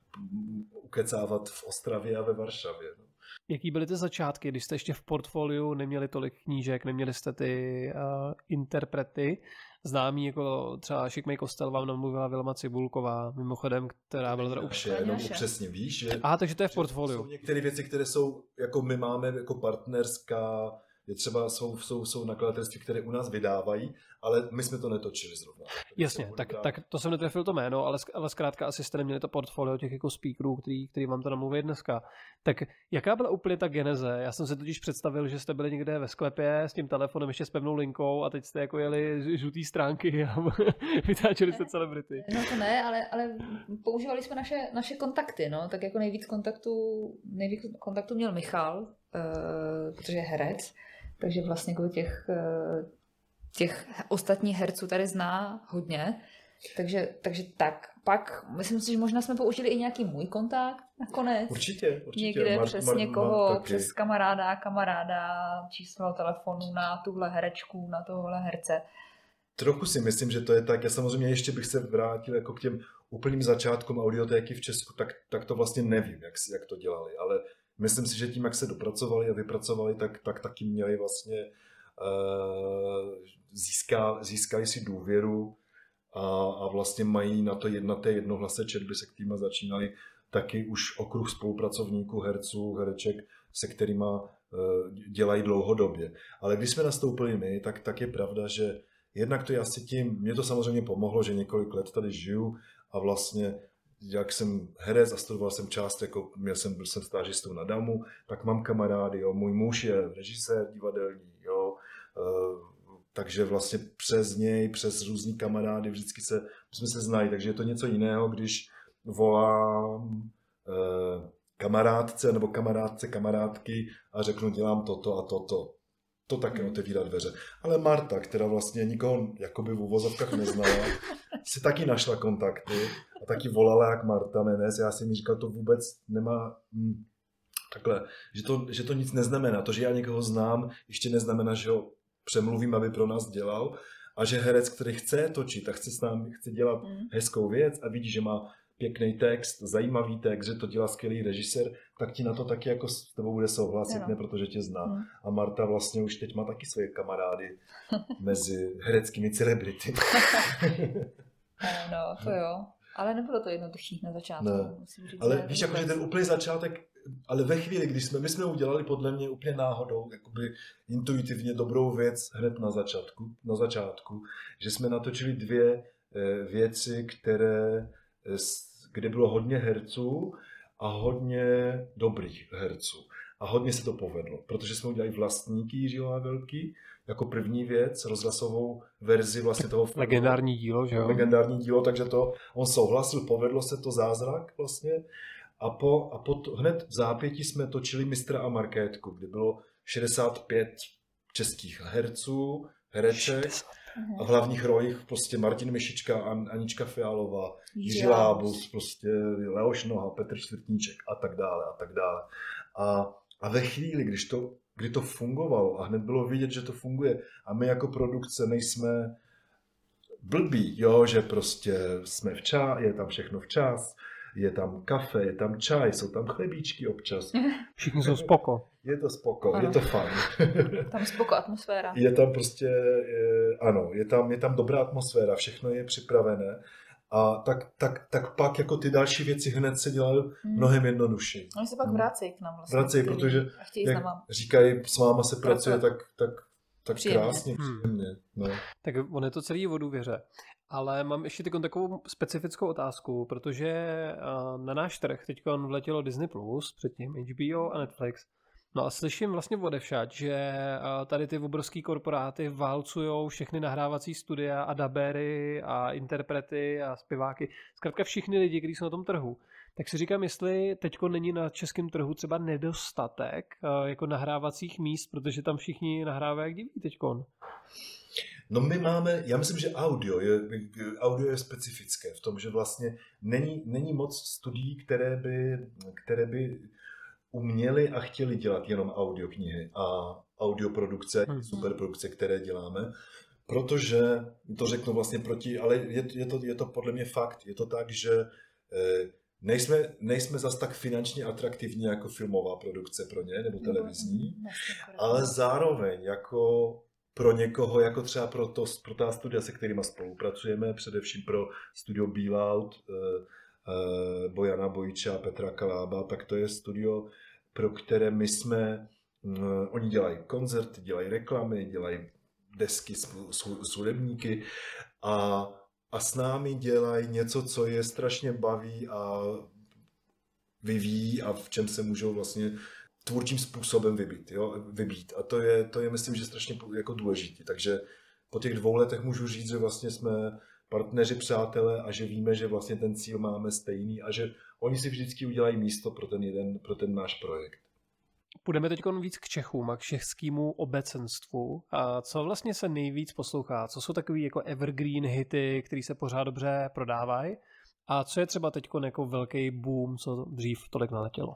ukecávat v Ostravě a ve Varšavě. No. Jaký byly ty začátky, když jste ještě v portfoliu neměli tolik knížek, neměli jste ty uh, interprety? Známí jako třeba Šikmej Kostel vám namluvila Vilma Cibulková, mimochodem, která byla teda úplně... Jenom upřesně, víš, že... A takže to je v portfoliu. Jsou některé věci, které jsou, jako my máme jako partnerská, je třeba jsou, jsou, jsou nakladatelství, které u nás vydávají, ale my jsme to netočili zrovna. Jasně, tak, tak to jsem netrefil to jméno, ale, ale zkrátka asi jste neměli to portfolio těch jako speakerů, který, který vám to namluví dneska. Tak jaká byla úplně ta geneze? Já jsem si totiž představil, že jste byli někde ve sklepě s tím telefonem ještě s pevnou linkou a teď jste jako jeli žlutý stránky a vytáčeli jste celebrity. No to ne, ale, ale používali jsme naše, naše kontakty, no, tak jako nejvíc kontaktů, nejvíc kontaktů měl Michal, uh, protože je herec. Takže vlastně jako těch, těch ostatních herců tady zná hodně. Takže, takže tak. Pak myslím si, že možná jsme použili i nějaký můj kontakt nakonec. Určitě, určitě. Někde Mar, přes Mar, někoho, Mar, přes kamaráda, kamaráda, číslo telefonu na tuhle herečku, na tohle herce. Trochu si myslím, že to je tak. Já samozřejmě ještě bych se vrátil jako k těm úplným začátkům audiotéky v Česku, tak, tak to vlastně nevím, jak, jak to dělali, ale myslím si, že tím, jak se dopracovali a vypracovali, tak, tak taky měli vlastně, uh, získá, získali si důvěru a, a vlastně mají na to jedna té jednohlasé četby, se kterýma začínali, taky už okruh spolupracovníků, herců, hereček, se kterýma uh, dělají dlouhodobě. Ale když jsme nastoupili my, tak, tak je pravda, že jednak to je asi tím, mě to samozřejmě pomohlo, že několik let tady žiju a vlastně jak jsem herec a studoval jsem část, jako měl jsem, byl jsem stážistou na Damu, tak mám kamarády, jo, můj muž je režisér divadelní, jo, e, takže vlastně přes něj, přes různý kamarády vždycky se, jsme se znali, takže je to něco jiného, když volám e, kamarádce nebo kamarádce, kamarádky a řeknu, dělám toto a toto. To také otevírá dveře. Ale Marta, která vlastně nikoho jakoby v uvozovkách neznala, si taky našla kontakty a taky volala jak Marta Menes. Já jsem jí říkal, to vůbec nemá hm, takhle, že to, že to nic neznamená. To, že já někoho znám, ještě neznamená, že ho přemluvím, aby pro nás dělal. A že herec, který chce točit a chce s námi, chce dělat hezkou věc a vidí, že má pěkný text, zajímavý text, že to dělá skvělý režisér, tak ti na to taky jako s tebou bude souhlasit, ne, protože tě zná. Hmm. A Marta vlastně už teď má taky svoje kamarády mezi hereckými celebrity. No, to jo. Ale nebylo to jednoduchý na začátku. Ne. Musím říct, ale víš, jakože ten úplný začátek, ale ve chvíli, když jsme, my jsme udělali podle mě úplně náhodou, jakoby intuitivně dobrou věc hned na začátku, na začátku, že jsme natočili dvě eh, věci, které kde bylo hodně herců a hodně dobrých herců. A hodně se to povedlo, protože jsme udělali Vlastníky Jiřího Havelky jako první věc, rozhlasovou verzi vlastně toho filmu. Legendární dílo, že jo? Legendární dílo, takže to on souhlasil, povedlo se to zázrak vlastně. A po, a po to, hned v zápětí jsme točili Mistra a Markétku, kde bylo šedesát pět českých herců, hereček. A v hlavních rolích prostě Martin Myšička, Anička Fialová, Jiří Lábus, prostě Leoš Noha, Petr Čtvrtníček a tak dále a tak dále. A, a ve chvíli, když to, kdy to fungovalo a hned bylo vidět, že to funguje a my jako produkce nejsme blbí, jo, že prostě jsme včas, je tam všechno včas, je tam kafe, je tam čaj, jsou tam chlebíčky občas. Všichni jsou spoko. Je to spoko, ano. Je to fajn. Tam spoko atmosféra. Je tam prostě, je, ano, je tam, je tam dobrá atmosféra, všechno je připravené. A tak, tak, tak pak jako ty další věci hned se dělají hmm. mnohem jednodušší. Oni se pak vracejí k nám vlastně. Vracejí, protože jak říkají, s váma se pracuje tak, tak, tak příjemně. krásně, příjemně. No. Tak on je to celý o důvěře. Ale mám ještě takovou specifickou otázku, protože na náš trh teď vletělo Disney plus, předtím H B O a Netflix. No a slyším vlastně odevšad, že tady ty obrovský korporáty válcujou všechny nahrávací studia a dabéry a interprety a zpěváky. Zkrátka všichni lidi, kteří jsou na tom trhu. Tak si říkám, jestli teďko není na českém trhu třeba nedostatek jako nahrávacích míst, protože tam všichni nahrávají jak diví teďkon. No my máme, já myslím, že audio je, audio je specifické v tom, že vlastně není, není moc studií, které by, které by uměli a chtěli dělat jenom audioknihy a audioprodukce, mm-hmm. superprodukce, které děláme, protože, to řeknu vlastně proti, ale je, je, to, je to podle mě fakt, je to tak, že eh, nejsme, nejsme zas tak finančně atraktivní jako filmová produkce pro ně, nebo televizní, mm-hmm. ale zároveň jako pro někoho, jako třeba pro, to, pro ta studia, se kterými spolupracujeme, především pro studio Bealout, eh, Bojana Bojiča a Petra Kalába, tak to je studio, pro které my jsme, um, oni dělají koncerty, dělají reklamy, dělají desky s, s, s hudebníky a, a s námi dělají něco, co je strašně baví a vyvíjí a v čem se můžou vlastně tvůrčím způsobem vybít. Jo? vybít. A to je, to je, myslím, že strašně jako důležité. Takže po těch dvou letech můžu říct, že vlastně jsme partneři, přátelé a že víme, že vlastně ten cíl máme stejný a že oni si vždycky udělají místo pro ten jeden, pro ten náš projekt. Půjdeme teď víc k Čechům a k českému obecenstvu. A co vlastně se nejvíc poslouchá? Co jsou takový jako evergreen hity, které se pořád dobře prodávají? A co je třeba teď jako velký boom, co dřív tolik naletělo?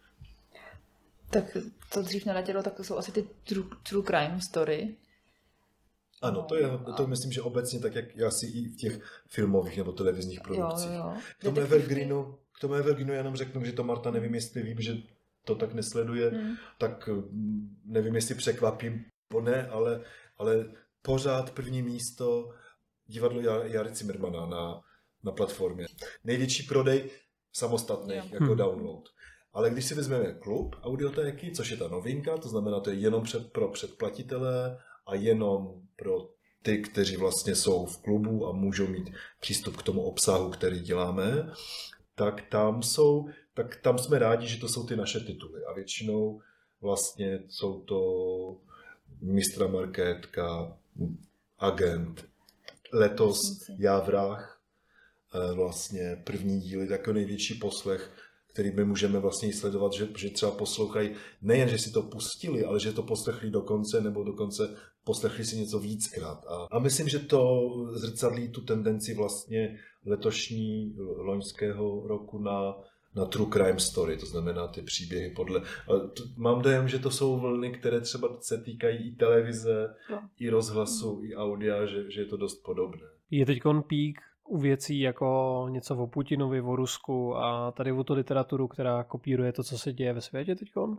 Tak to dřív naletělo, tak to jsou asi ty true, true crime story. Ano, to je, to myslím, že obecně tak, jak asi i v těch filmových nebo televizních produkcích. Jo, jo. K tomu Evergreenu, k tomu Evergreenu já jenom řeknu, že to Marta, nevím, jestli vím, že to tak nesleduje, hmm. tak nevím, jestli překvapím, bo ne, ale, ale pořád první místo divadlo Jary Cimrmana na, na platformě. Největší prodej samostatných, jo. jako hmm. download. Ale když si vezmeme klub audiotéky, což je ta novinka, to znamená, to je jenom před, pro předplatitele a jenom pro ty, kteří vlastně jsou v klubu a můžou mít přístup k tomu obsahu, který děláme, tak tam jsou, tak tam jsme rádi, že to jsou ty naše tituly. A většinou vlastně jsou to Mistra Markétka, Agent, letos Já vrah, vlastně první díly, takový největší poslech, který my můžeme vlastně sledovat, že, že třeba poslouchají, nejen, že si to pustili, ale že to poslechli dokonce, nebo dokonce poslechli si něco víckrát. A, a myslím, že to zrcadlí tu tendenci vlastně letošní, loňského roku na, na true crime story, to znamená ty příběhy podle... To, mám dojem, že to jsou vlny, které třeba se týkají i televize, no. i rozhlasu, i audia, že, že je to dost podobné. Je teďkon pík u věcí jako něco o Putinovi, o Rusku a tady o tu literaturu, která kopíruje to, co se děje ve světě teďkon?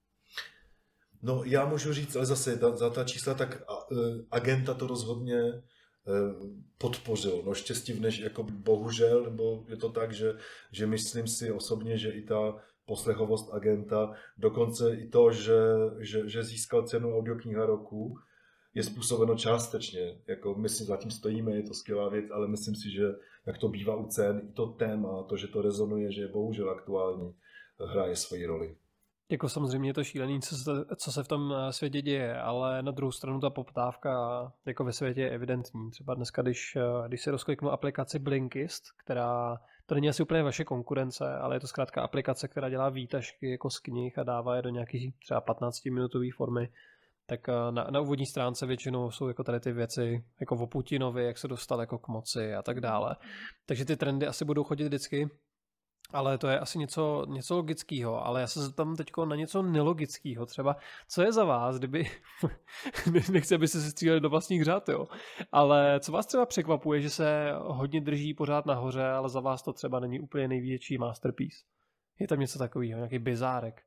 No já můžu říct, ale zase ta, za ta čísla, tak Agenta to rozhodně podpořil. No štěstí v než, jako bohužel, nebo je to tak, že, že myslím si osobně, že i ta poslechovost Agenta, dokonce i to, že, že, že získal cenu audiokniha roku, je způsobeno částečně. Jako my si zatím stojíme, je to skvělá věc, ale myslím si, že jak to bývá u cen, i to téma, to, že to rezonuje, že je bohužel aktuální, hraje svoji roli. Jako samozřejmě je to šílený, co se, co se v tom světě děje, ale na druhou stranu ta poptávka jako ve světě je evidentní. Třeba dneska, když, když si rozkliknu aplikaci Blinkist, která, to není asi úplně vaše konkurence, ale je to zkrátka aplikace, která dělá výtažky jako z knih a dává je do nějaký třeba patnáctiminutové formy, tak na, na úvodní stránce většinou jsou jako tady ty věci jako o Putinovi, jak se dostal jako k moci a tak dále. Takže ty trendy asi budou chodit vždycky. Ale to je asi něco, něco logického, ale já se zeptám teď na něco nelogického. Třeba, co je za vás, kdyby, nechci, abyste se stříleli do vlastních řád, jo, ale co vás třeba překvapuje, že se hodně drží pořád nahoře, ale za vás to třeba není úplně největší masterpiece? Je tam něco takového, nějaký bizárek?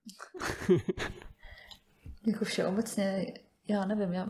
Jako všeobecně, já nevím, já...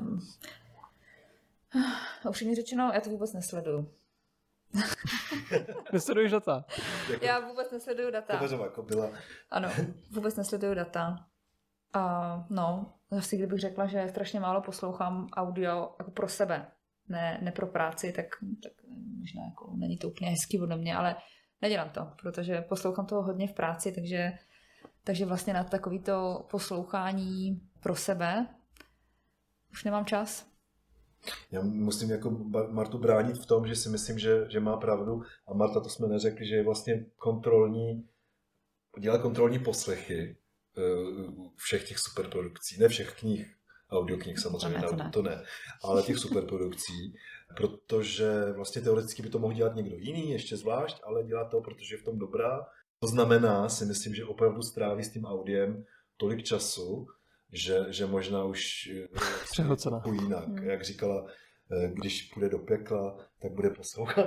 Upřímně řečeno, já to vůbec nesleduju. Nesleduješ data? Já vůbec nesleduju data. Kovařová kobila. Ano, vůbec nesleduju data. A no, asi kdybych řekla, že strašně málo poslouchám audio jako pro sebe, ne, ne pro práci, tak, tak možná jako není to úplně hezký ode mě, ale nedělám to, protože poslouchám toho hodně v práci, takže, takže vlastně na takovýto poslouchání pro sebe už nemám čas. Já musím jako Martu bránit v tom, že si myslím, že, že má pravdu a Marta, to jsme neřekli, že je vlastně kontrolní, dělá kontrolní poslechy všech těch superprodukcí, ne všech knih, audioknih samozřejmě, to ne, to ne, ale těch superprodukcí, protože vlastně teoreticky by to mohl dělat někdo jiný, ještě zvlášť, ale dělá to, protože je v tom dobrá. To znamená, si myslím, že opravdu stráví s tím audiem tolik času, Že, že možná už jinak. Hmm. Jak říkala, když půjde do pekla, tak bude poslouchat.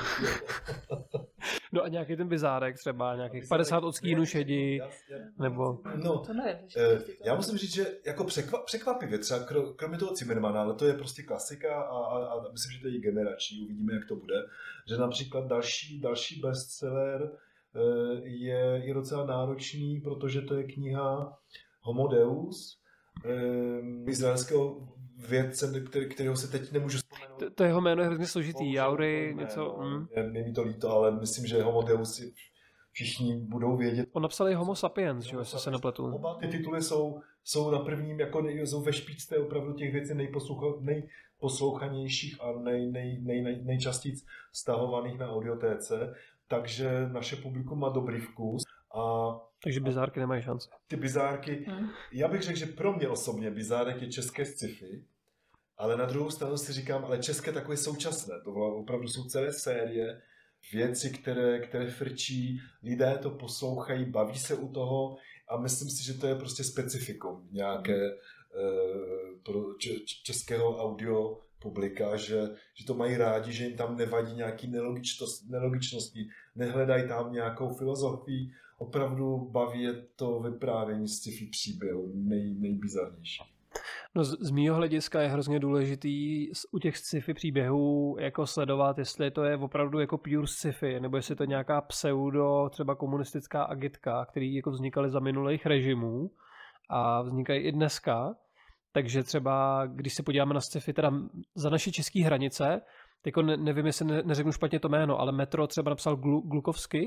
No a nějaký ten bizárek třeba, nějakých padesát odstínů šedi, nebo... No, to ne, já musím říct, že jako překva, překvapivě, třeba kromě toho Zimmermana, ale to je prostě klasika a, a, a myslím, že to je generační, uvidíme, jak to bude, že například další, další bestseller je, je docela náročný, protože to je kniha Homo Deus, eh, izraelského vědce, který, kterého se teď nemůžu vzpomenout. To, to jeho jméno je hrozně složitý, Jaury, něco... Mm. Je mi to líto, ale myslím, že Homo Deus všichni budou vědět. On napsal i Homo Sapiens, že jo, jestli se nepletu. Oba ty tituly jsou, jsou na prvním, jako nej, jsou ve špičce opravdu těch věcí nejposlouchanějších a nej, nej, nej, nej, nejčastěji stahovaných na audiotéce, takže naše publikum má dobrý vkus. A takže bizárky nemají šanci. Ty bizárky, hmm. já bych řekl, že pro mě osobně bizárek je české sci-fi, ale na druhou stranu si říkám, ale české takové současné, to opravdu jsou celé série, věci, které, které frčí, lidé to poslouchají, baví se u toho a myslím si, že to je prostě specifikum nějaké hmm. pro českého audio publika, že, že to mají rádi, že jim tam nevadí nějaký nelogičnost, nelogičnosti, nehledají tam nějakou filozofii, opravdu baví je to vyprávění sci-fi příběhu nej, nejbizarnější. No z, z mýho hlediska je hrozně důležitý u těch sci-fi příběhů jako sledovat, jestli to je opravdu jako pure sci-fi, nebo jestli to je nějaká pseudo, třeba komunistická agitka, který jako vznikaly za minulých režimů a vznikají i dneska. Takže třeba, když se podíváme na sci-fi teda za naší české hranice, jako ne, nevím, jestli ne, neřeknu špatně to jméno, ale Metro třeba napsal Glu, Glukovsky,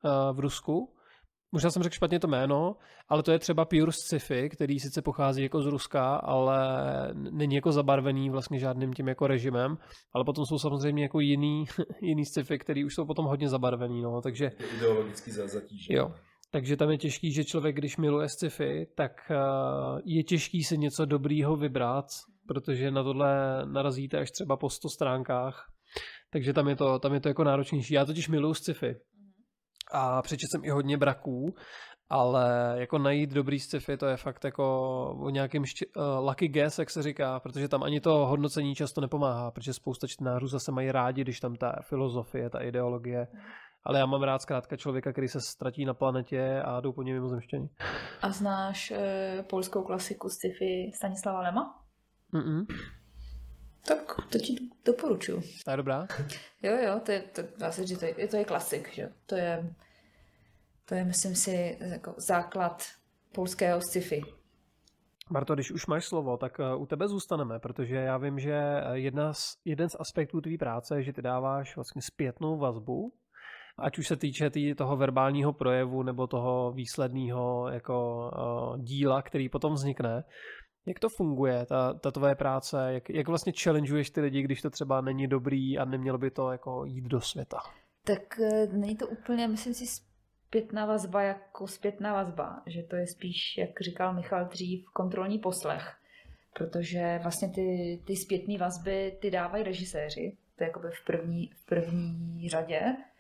v Rusku. Možná jsem řekl špatně to jméno, ale to je třeba Pure Sci-Fi, který sice pochází jako z Ruska, ale není jako zabarvený vlastně žádným tím jako režimem, ale potom jsou samozřejmě jako jiný, jiný sci-fi, který už jsou potom hodně zabarvený, no, takže... Je ideologicky zatížený. Jo, takže tam je těžký, že člověk, když miluje sci-fi, tak je těžký si něco dobrýho vybrat, protože na tohle narazíte až třeba po sto stránkách, takže tam je to, tam je to jako náročnější. Já totiž miluju sci-fi. A přečetl jsem i hodně braků, ale jako najít dobrý sci-fi, to je fakt jako o nějakým šti- uh, lucky guess, jak se říká, protože tam ani to hodnocení často nepomáhá, protože spousta čtenářů zase mají rádi, když tam ta filozofie, ta ideologie, ale já mám rád zkrátka člověka, který se ztratí na planetě a jdou po něm mimozemštění. A znáš e, polskou klasiku sci-fi Stanislava Lema? Mm-mm. Tak to ti doporučuji. To je dobrá? Jo, jo, to je, to, dá se říct, to je, to je klasik, že? To je, to je, myslím si, jako základ polského sci-fi. Marto, když už máš slovo, tak u tebe zůstaneme, protože já vím, že jedna z, jeden z aspektů tvé práce je, že ty dáváš vlastně zpětnou vazbu, ať už se týče tý, toho verbálního projevu nebo toho výsledného jako uh, díla, který potom vznikne. Jak to funguje, ta, ta tvoje práce? Jak, jak vlastně challengeuješ ty lidi, když to třeba není dobrý a nemělo by to jako jít do světa? Tak není to úplně, myslím si, zpětná vazba jako zpětná vazba, že to je spíš, jak říkal Michal dřív, kontrolní poslech, protože vlastně ty, ty zpětné vazby ty dávají režiséři, to je jakoby v první, v první řadě.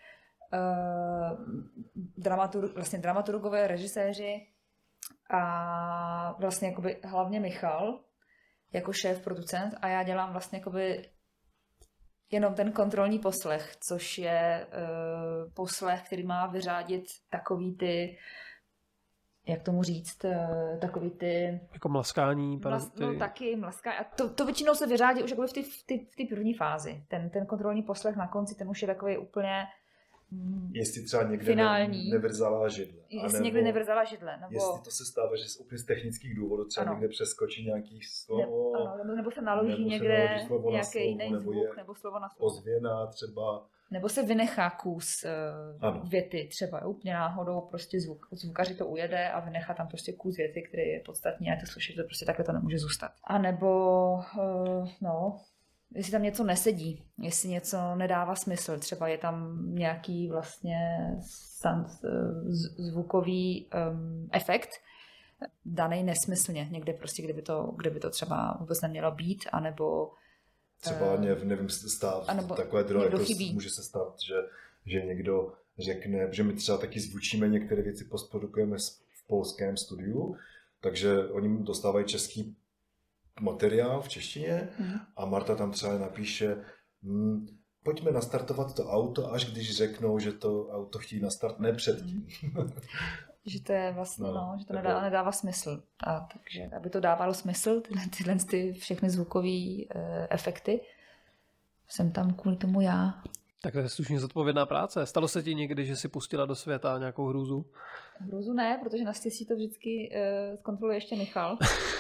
Uh, dramatur, vlastně dramaturgové, režiséři a vlastně jakoby hlavně Michal jako šéf producent a já dělám vlastně jakoby jenom ten kontrolní poslech, což je uh, poslech, který má vyřádit takový ty, jak tomu říct, uh, takový ty... Jako mlaskání, mlas, no taky mlaskání. A to, to většinou se vyřádí už jakoby v té v v první fázi. Ten, ten kontrolní poslech na konci, ten už je takový úplně... Jestli třeba někde finální, ne, nevrzala židle. Jestli někde nevrzala židle. Nebo... Jestli to se stává, že z úplně z technických důvodů třeba ano. někde přeskočí nějaký slovo. Ne, ano, nebo, nebo se naloží nebo někde se naloží nějaký jiný nebo zvuk, nebo slovo na slovo. Ozvěna třeba. Nebo se vynechá kus uh, věty třeba úplně náhodou, prostě zvuk, zvukaři to ujede a vynechá tam prostě kus věty, který je podstatný a to slyšet, to prostě takhle to nemůže zůstat. A nebo, uh, no... jestli tam něco nesedí, jestli něco nedává smysl, třeba je tam nějaký vlastně zvukový um, efekt, daný nesmyslně, někde prostě, kde by to, kde by to třeba vůbec nemělo být, anebo třeba uh, nevím, stát takové druhé, jako může se stát, že, že někdo řekne, že my třeba taky zvučíme některé věci, postprodukujeme v polském studiu, takže oni dostávají český materiál v češtině hmm. a Marta tam třeba napíše hm, pojďme nastartovat to auto, až když řeknou, že to auto chtějí nastart, ne předtím. Hmm. Že to je vlastně, no, no že to nedává, nedává smysl. A takže, aby to dávalo smysl, tyhle, tyhle ty všechny zvukové e, efekty, jsem tam kvůli tomu já. Tak to je slušně zodpovědná práce. Stalo se ti někdy, že jsi pustila do světa nějakou hrůzu? Hrůzu ne, protože naštěstí to vždycky e, zkontroluje ještě Michal.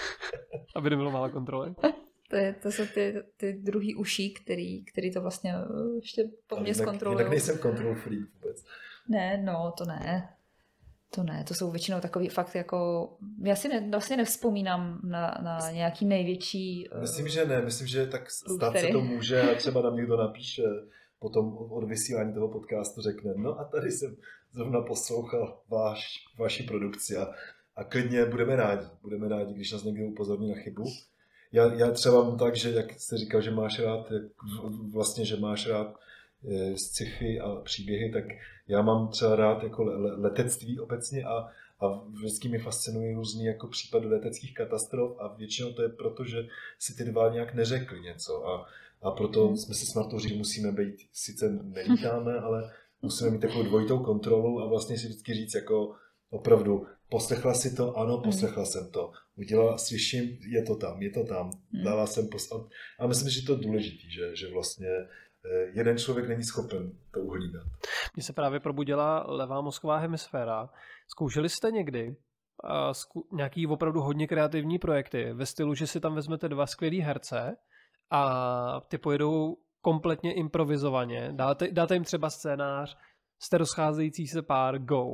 Aby nebylo málo kontroly. To, je, to jsou ty, ty druhý uší, který, který to vlastně ještě po mně zkontrolují. Jinak nejsem control freak vůbec. Ne, no, to ne. To ne, to jsou většinou takový fakt jako... Já si ne, vlastně nevzpomínám na, na nějaký největší... Myslím, že ne. Myslím, že tak stát se to může a třeba nám někdo napíše potom od vysílání toho podcastu řekne no a tady jsem zrovna poslouchal váš, vaši produkci a, a klidně budeme rádi. Budeme rádi, když nás někdo upozorní na chybu. Já, já třeba mám tak, že jak jsi říkal, že máš rád vlastně, že máš rád sci-fi a příběhy, tak já mám třeba rád jako letectví obecně a, a vždycky mi fascinují různý jako případy leteckých katastrof a většinou to je proto, že si ty dva nějak neřekli něco a, a proto hmm. jsme si s Martou říkali, musíme být, sice nelítáme, ale musíme mít takovou dvojitou kontrolu a vlastně si vždycky říct jako opravdu, poslechla si to? Ano, poslechla hmm. jsem to. Udělala, slyším, je to tam, je to tam. Hmm. Dala jsem posl... A myslím, že to je důležitý, že, že vlastně jeden člověk není schopen to uhlídat. Mně se právě probudila levá mozková hemisféra. Zkoušeli jste někdy uh, zku- nějaký opravdu hodně kreativní projekty ve stylu, že si tam vezmete dva skvělý herce a ty pojedou kompletně improvizovaně. Dáte, dáte jim třeba scénář jste rozcházející se pár, go.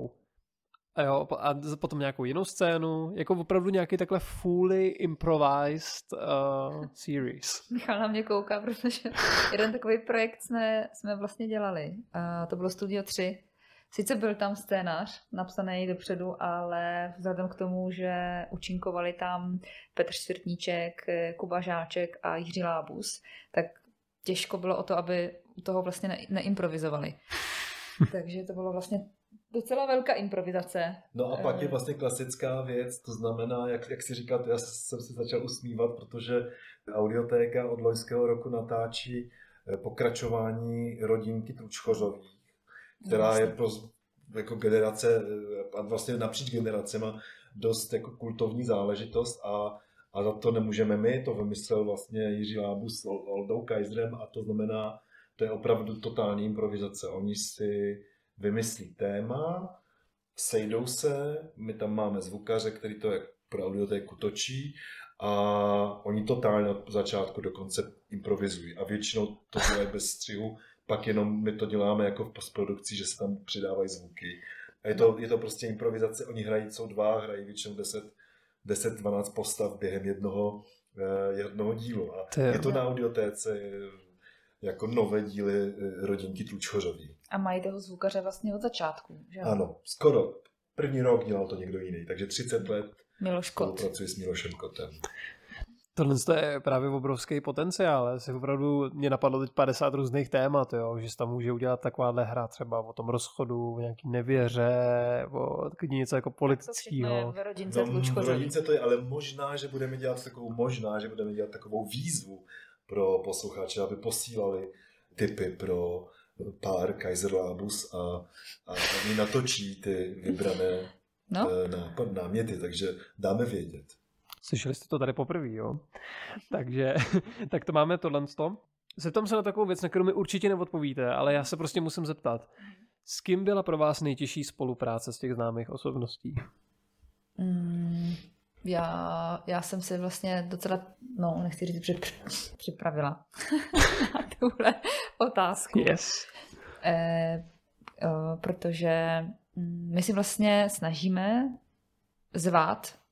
A jo, a potom nějakou jinou scénu, jako opravdu nějaký takhle fully improvised uh, series. Michal na mě kouká, protože jeden takový projekt jsme, jsme vlastně dělali. Uh, to bylo Studio tři. Sice byl tam scénář napsaný dopředu, ale vzhledem k tomu, že účinkovali tam Petr Svěrtníček, Kuba Žáček a Jiří Lábus, tak těžko bylo o to, aby u toho vlastně ne- neimprovizovali. Takže to bylo vlastně docela velká improvizace. No a pak je vlastně klasická věc, to znamená, jak, jak si říkal, já jsem se začal usmívat, protože Audiotéka od loňského roku natáčí pokračování Rodinky Tlučchořových, která vlastně je pro jako generace, a vlastně napříč generacema dost jako kultovní záležitost a, a za to nemůžeme my, to vymyslel vlastně Jiří Lábus s Oldou Kaiserem a to znamená, to je opravdu totální improvizace. Oni si vymyslí téma, sejdou se, my tam máme zvukaře, který to jak pro Audiotéku točí a oni totálně od začátku do konce improvizují a většinou to dělají bez střihu, pak jenom my to děláme jako v postprodukci, že se tam přidávají zvuky. A je to, je to prostě improvizace, oni hrají co dva, hrají většinou deset dvanáct postav během jednoho, jednoho dílu. A je to na Audiotéce jako nové díly Rodinky Tlučchořový. A mají toho zvukaře vlastně od začátku, že? Ano, skoro. První rok dělal to někdo jiný, takže třicet let Miloš Kot. spolupracuje s Milošem Kotem. Tohle je právě obrovský potenciál. Se opravdu mě napadlo teď padesát různých témat, jo? Že se tam může udělat takováhle hra třeba o tom rozchodu, o nějaký nevěře, o něco jako politického. V Rodince no, v Rodince to je, ale možná, že budeme dělat takovou, možná, že budeme dělat takovou výzvu pro posluchače, aby posílali tipy pro pár Kaiser Lábus a, a oni natočí ty vybrané no? nápad, náměty, takže dáme vědět. Slyšeli jste to tady poprvé, jo? Takže, tak to máme tohle. Zeptám se na takovou věc, na kterou mi určitě neodpovíte, ale já se prostě musím zeptat. S kým byla pro vás nejtěžší spolupráce z těch známých osobností? Mm, já, já jsem si vlastně docela, no nechci říct, že připravila na tuhle otázku. Yes. E, e, protože my si vlastně snažíme zvát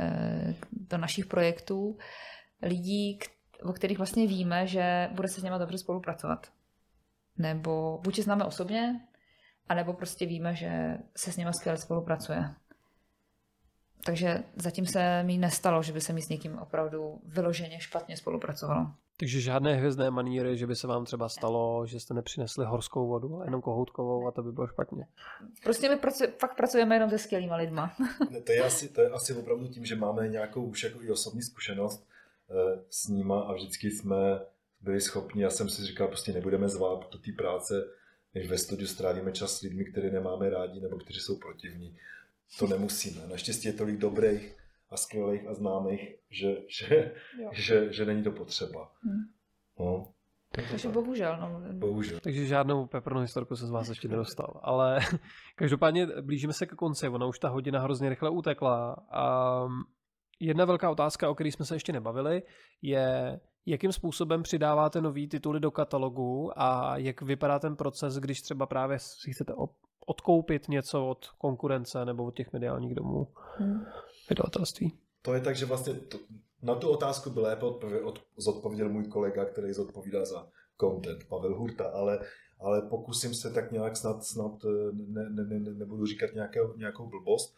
do našich projektů lidí, o kterých vlastně víme, že bude se s nimi dobře spolupracovat. Nebo buď je známe osobně, anebo prostě víme, že se s nimi skvěle spolupracuje. Takže zatím se mi nestalo, že by se mi s někým opravdu vyloženě špatně spolupracovalo. Takže žádné hvězdné maníry, že by se vám třeba stalo, že jste nepřinesli horskou vodu, ale jenom kohoutkovou a to by bylo špatně. Prostě my pracu- fakt pracujeme jenom se skvělýma lidma. to, je asi, to je asi opravdu tím, že máme nějakou už jako i osobní zkušenost eh, s nima a vždycky jsme byli schopni, já jsem si říkal, prostě nebudeme zvát do té práce, než ve studiu strávíme čas s lidmi, které nemáme rádi nebo kteří jsou protivní. To nemusíme. Naštěstí je tolik dobrých a skvělých a známých, že, že, že, že není to potřeba. Hmm. No. Takže bohužel. No. Bohužel. Takže žádnou peprnou historku se z vás ještě nedostal. Ale každopádně blížíme se ke konci. Ona už ta hodina hrozně rychle utekla. A jedna velká otázka, o které jsme se ještě nebavili, je, jakým způsobem přidáváte nový tituly do katalogu a jak vypadá ten proces, když třeba právě si chcete odkoupit něco od konkurence nebo od těch mediálních domů hmm. vydavatelství. To je tak, že vlastně to, na tu otázku by lépe odpověděl, od, zodpověděl můj kolega, který zodpovídá za content, Pavel Hurta, ale, ale pokusím se tak nějak snad, snad ne, ne, ne, nebudu říkat nějaké, nějakou blbost.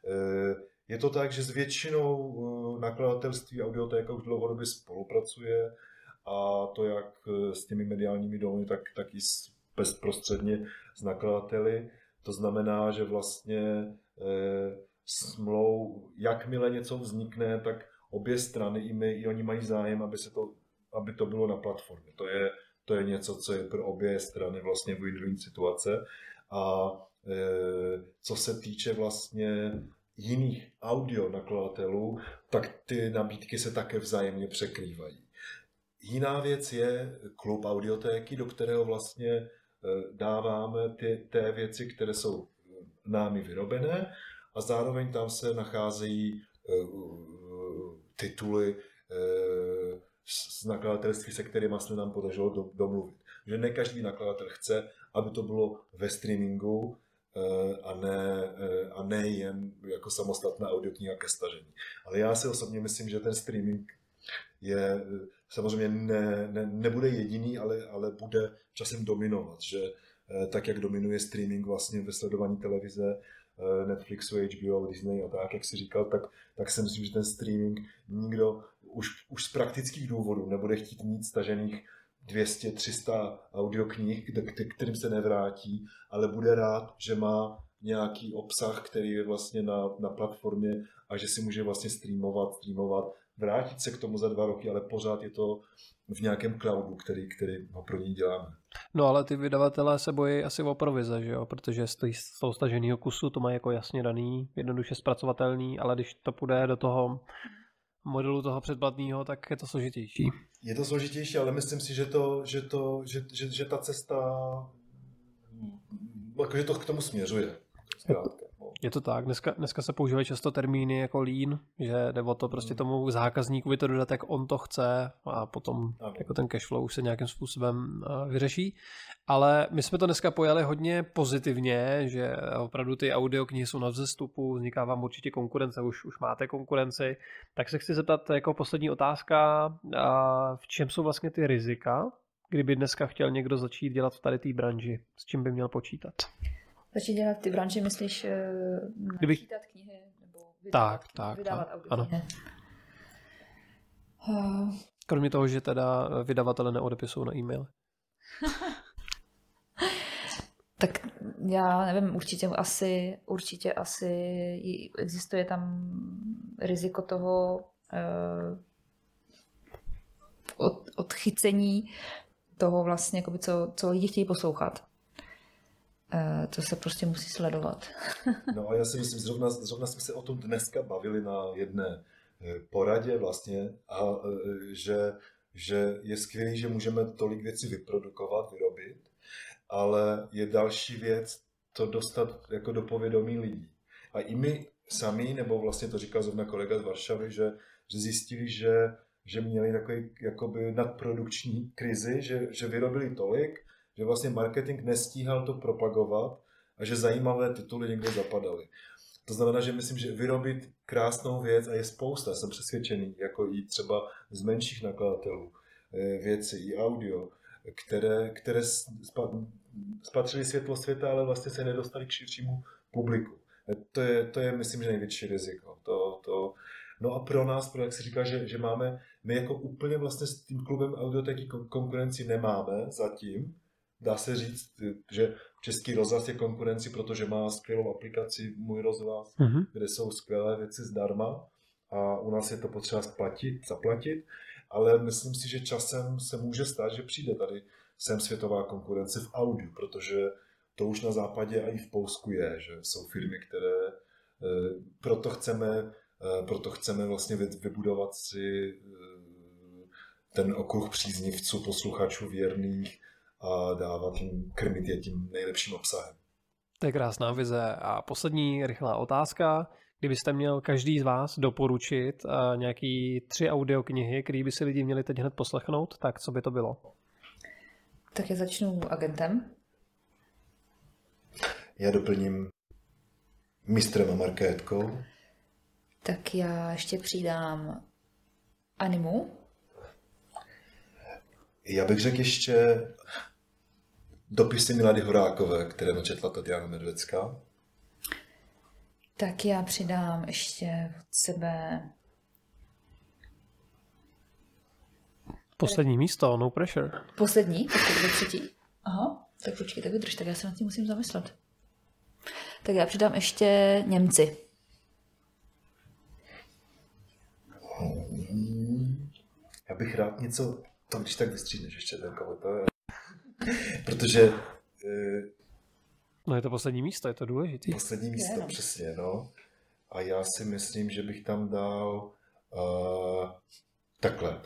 Je to tak, že s většinou nakladatelství Audiotéka už dlouhodobě spolupracuje a to jak s těmi mediálními domy, tak, tak i bezprostředně s nakladateli. To znamená, že vlastně eh, smlou, jakmile něco vznikne, tak obě strany, i my, i oni mají zájem, aby, se to, aby to bylo na platformě. To je, to je něco, co je pro obě strany vlastně win-win situace. A eh, co se týče vlastně jiných audio nakladatelů, tak ty nabídky se také vzájemně překrývají. Jiná věc je klub Audiotéky, do kterého vlastně dáváme ty, té věci, které jsou námi vyrobené a zároveň tam se nacházejí uh, tituly uh, z nakladatelství, se kterými se nám podařilo do, domluvit. Že ne každý nakladatel chce, aby to bylo ve streamingu a ne, a ne jen jako samostatná audiokniha ke stažení. Ale já si osobně myslím, že ten streaming je samozřejmě ne, ne, nebude jediný, ale, ale bude časem dominovat, že tak, jak dominuje streaming vlastně ve sledování televize, Netflixu, H B O, Disney a tak, jak si říkal, tak, tak si myslím, že ten streaming nikdo už, už z praktických důvodů nebude chtít mít stažených dvě stě tři sta audioknih, kterým se nevrátí, ale bude rád, že má nějaký obsah, který je vlastně na, na platformě a že si může vlastně streamovat, streamovat, vrátit se k tomu za dva roky, ale pořád je to v nějakém cloudu, který, který ho pro ní děláme. No ale ty vydavatelé se bojí asi o provize, že jo? Protože z toho staženého kusu to má jako jasně daný, jednoduše zpracovatelný, ale když to půjde do toho modelu toho předplatného, tak je to složitější. Je to složitější, ale myslím si, že, to, že, to, že, že, že ta cesta že to k tomu směřuje. Zkrátka. Je to tak, dneska, dneska se používají často termíny jako lean, že nebo to prostě tomu zákazníkovi to dodat, jak on to chce a potom ano. Jako ten cashflow už se nějakým způsobem vyřeší. Ale my jsme to dneska pojali hodně pozitivně, že opravdu ty audioknihy jsou na vzestupu, vzniká vám určitě konkurence, už, už máte konkurenci. Tak se chci zeptat jako poslední otázka, v čem jsou vlastně ty rizika, kdyby dneska chtěl někdo začít dělat v tady té branži, s čím by měl počítat? Začít dělat ty branži, myslíš Kdyby... načítat knihy nebo vydávat, tak, tak, vydávat tak, audioknihy? Ano. Kromě toho, že teda vydavatele neodepisují na e-mail. Tak já nevím, určitě asi, určitě asi existuje tam riziko toho uh, od, odchycení toho vlastně, jakoby co, co lidi chtějí poslouchat. To se prostě musí sledovat. No a já si myslím, zrovna, zrovna jsme se o tom dneska bavili na jedné poradě vlastně, a že, že je skvělé, že můžeme tolik věcí vyprodukovat, vyrobit, ale je další věc to dostat jako do povědomí lidí. A i my sami, nebo vlastně to říkal zrovna kolega z Varšavy, že, že zjistili, že, že měli takový jakoby nadprodukční krizi, že, že vyrobili tolik, že vlastně marketing nestíhal to propagovat a že zajímavé tituly někde zapadaly. To znamená, že myslím, že vyrobit krásnou věc, a je spousta, jsem přesvědčený, jako i třeba z menších nakladatelů, věci, i audio, které, které spatřily světlo světa, ale vlastně se nedostali k širšímu publiku. To je, to je myslím, že největší riziko. To, to... No a pro nás, pro jak se říká, že, že máme, my jako úplně vlastně s tím klubem Audiotéky konkurenci nemáme zatím. Dá se říct, že Český rozhlas je konkurenci, protože má skvělou aplikaci Můj rozhlas, mm-hmm. kde jsou skvělé věci zdarma a u nás je to potřeba splatit, zaplatit, ale myslím si, že časem se může stát, že přijde tady sem světová konkurence v audiu, protože to už na západě a i v Polsku je, že jsou firmy, které proto chceme, proto chceme vlastně vybudovat si ten okruh příznivců, posluchačů věrných, a dávat jim, krmit je tím nejlepším obsahem. To je krásná vize. A poslední rychlá otázka. Kdybyste měl každý z vás doporučit nějaký tři audioknihy, které by si lidi měli teď hned poslechnout, tak co by to bylo? Tak já začnu Agentem. Já doplním Mistrem a Markétkou. Tak já ještě přidám Animu. Já bych řekl ještě Dopisy Milady Horákové, které načetla Tatiana Medvecká. Tak já přidám ještě od sebe... Poslední místo, No Pressure. Poslední? Tak to bude třetí. Aha, tak počkej, tak vydrž, tak já se nad tím musím zamyslet. Tak já přidám ještě Němci. Já bych rád něco... To když tak vystřídneš ještě ten komentář. Protože... E, no je to poslední místo, je to důležitý. Poslední místo, je, no. Přesně, no. A já si myslím, že bych tam dal uh, takhle.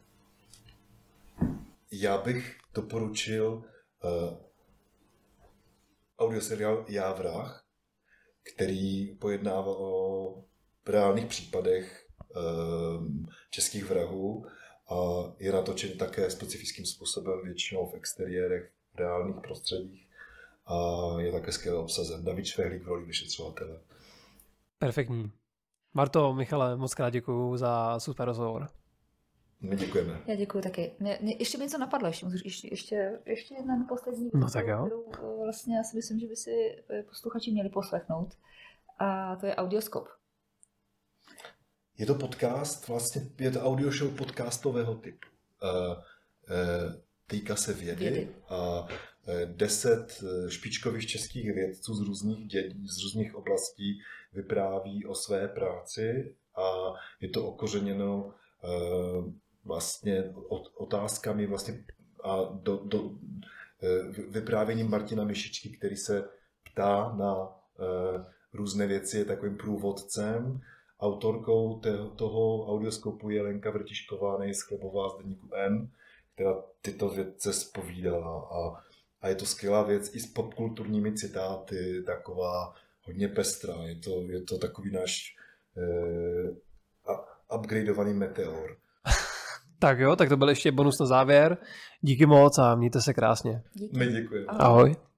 Já bych doporučil uh, audioseriál Já vrah, který pojednává o reálných případech uh, českých vrahů a je natočen také specifickým způsobem, většinou v exteriérech, v reálných prostředích a je také skvěle obsazen. David Švehlík v roli vyšetřovatele. Perfektní. Marto, Michale, moc krát děkuju za super rozhovor. My děkujeme. Já děkuji taky. Mě, mě ještě mi něco napadlo, ještě, ještě, ještě, ještě jedna poslední no, věc, tak jo. kterou vlastně já si myslím, že by si posluchači měli poslechnout. A to je Audioskop. Je to podcast, vlastně je to audio show podcastového typu. Uh, uh, týká se vědy, vědy. a deset špičkových českých vědců z různých dědí, z různých oblastí vypráví o své práci a je to okořeněno uh, vlastně otázkami vlastně a do, do, vyprávěním Martina Myšičky, který se ptá na uh, různé věci, je takovým průvodcem. Autorkou te, toho audioskopu je Lenka Vrtišková, nejsklebová z deníku N, která tyto věci zpovídala. A, a je to skvělá věc i s popkulturními citáty, taková hodně pestrá. Je to, je to takový náš uh, upgradeovaný meteor. Tak jo, tak to byl ještě bonus na závěr. Díky moc a mějte se krásně. Díky. My děkujeme. Ahoj.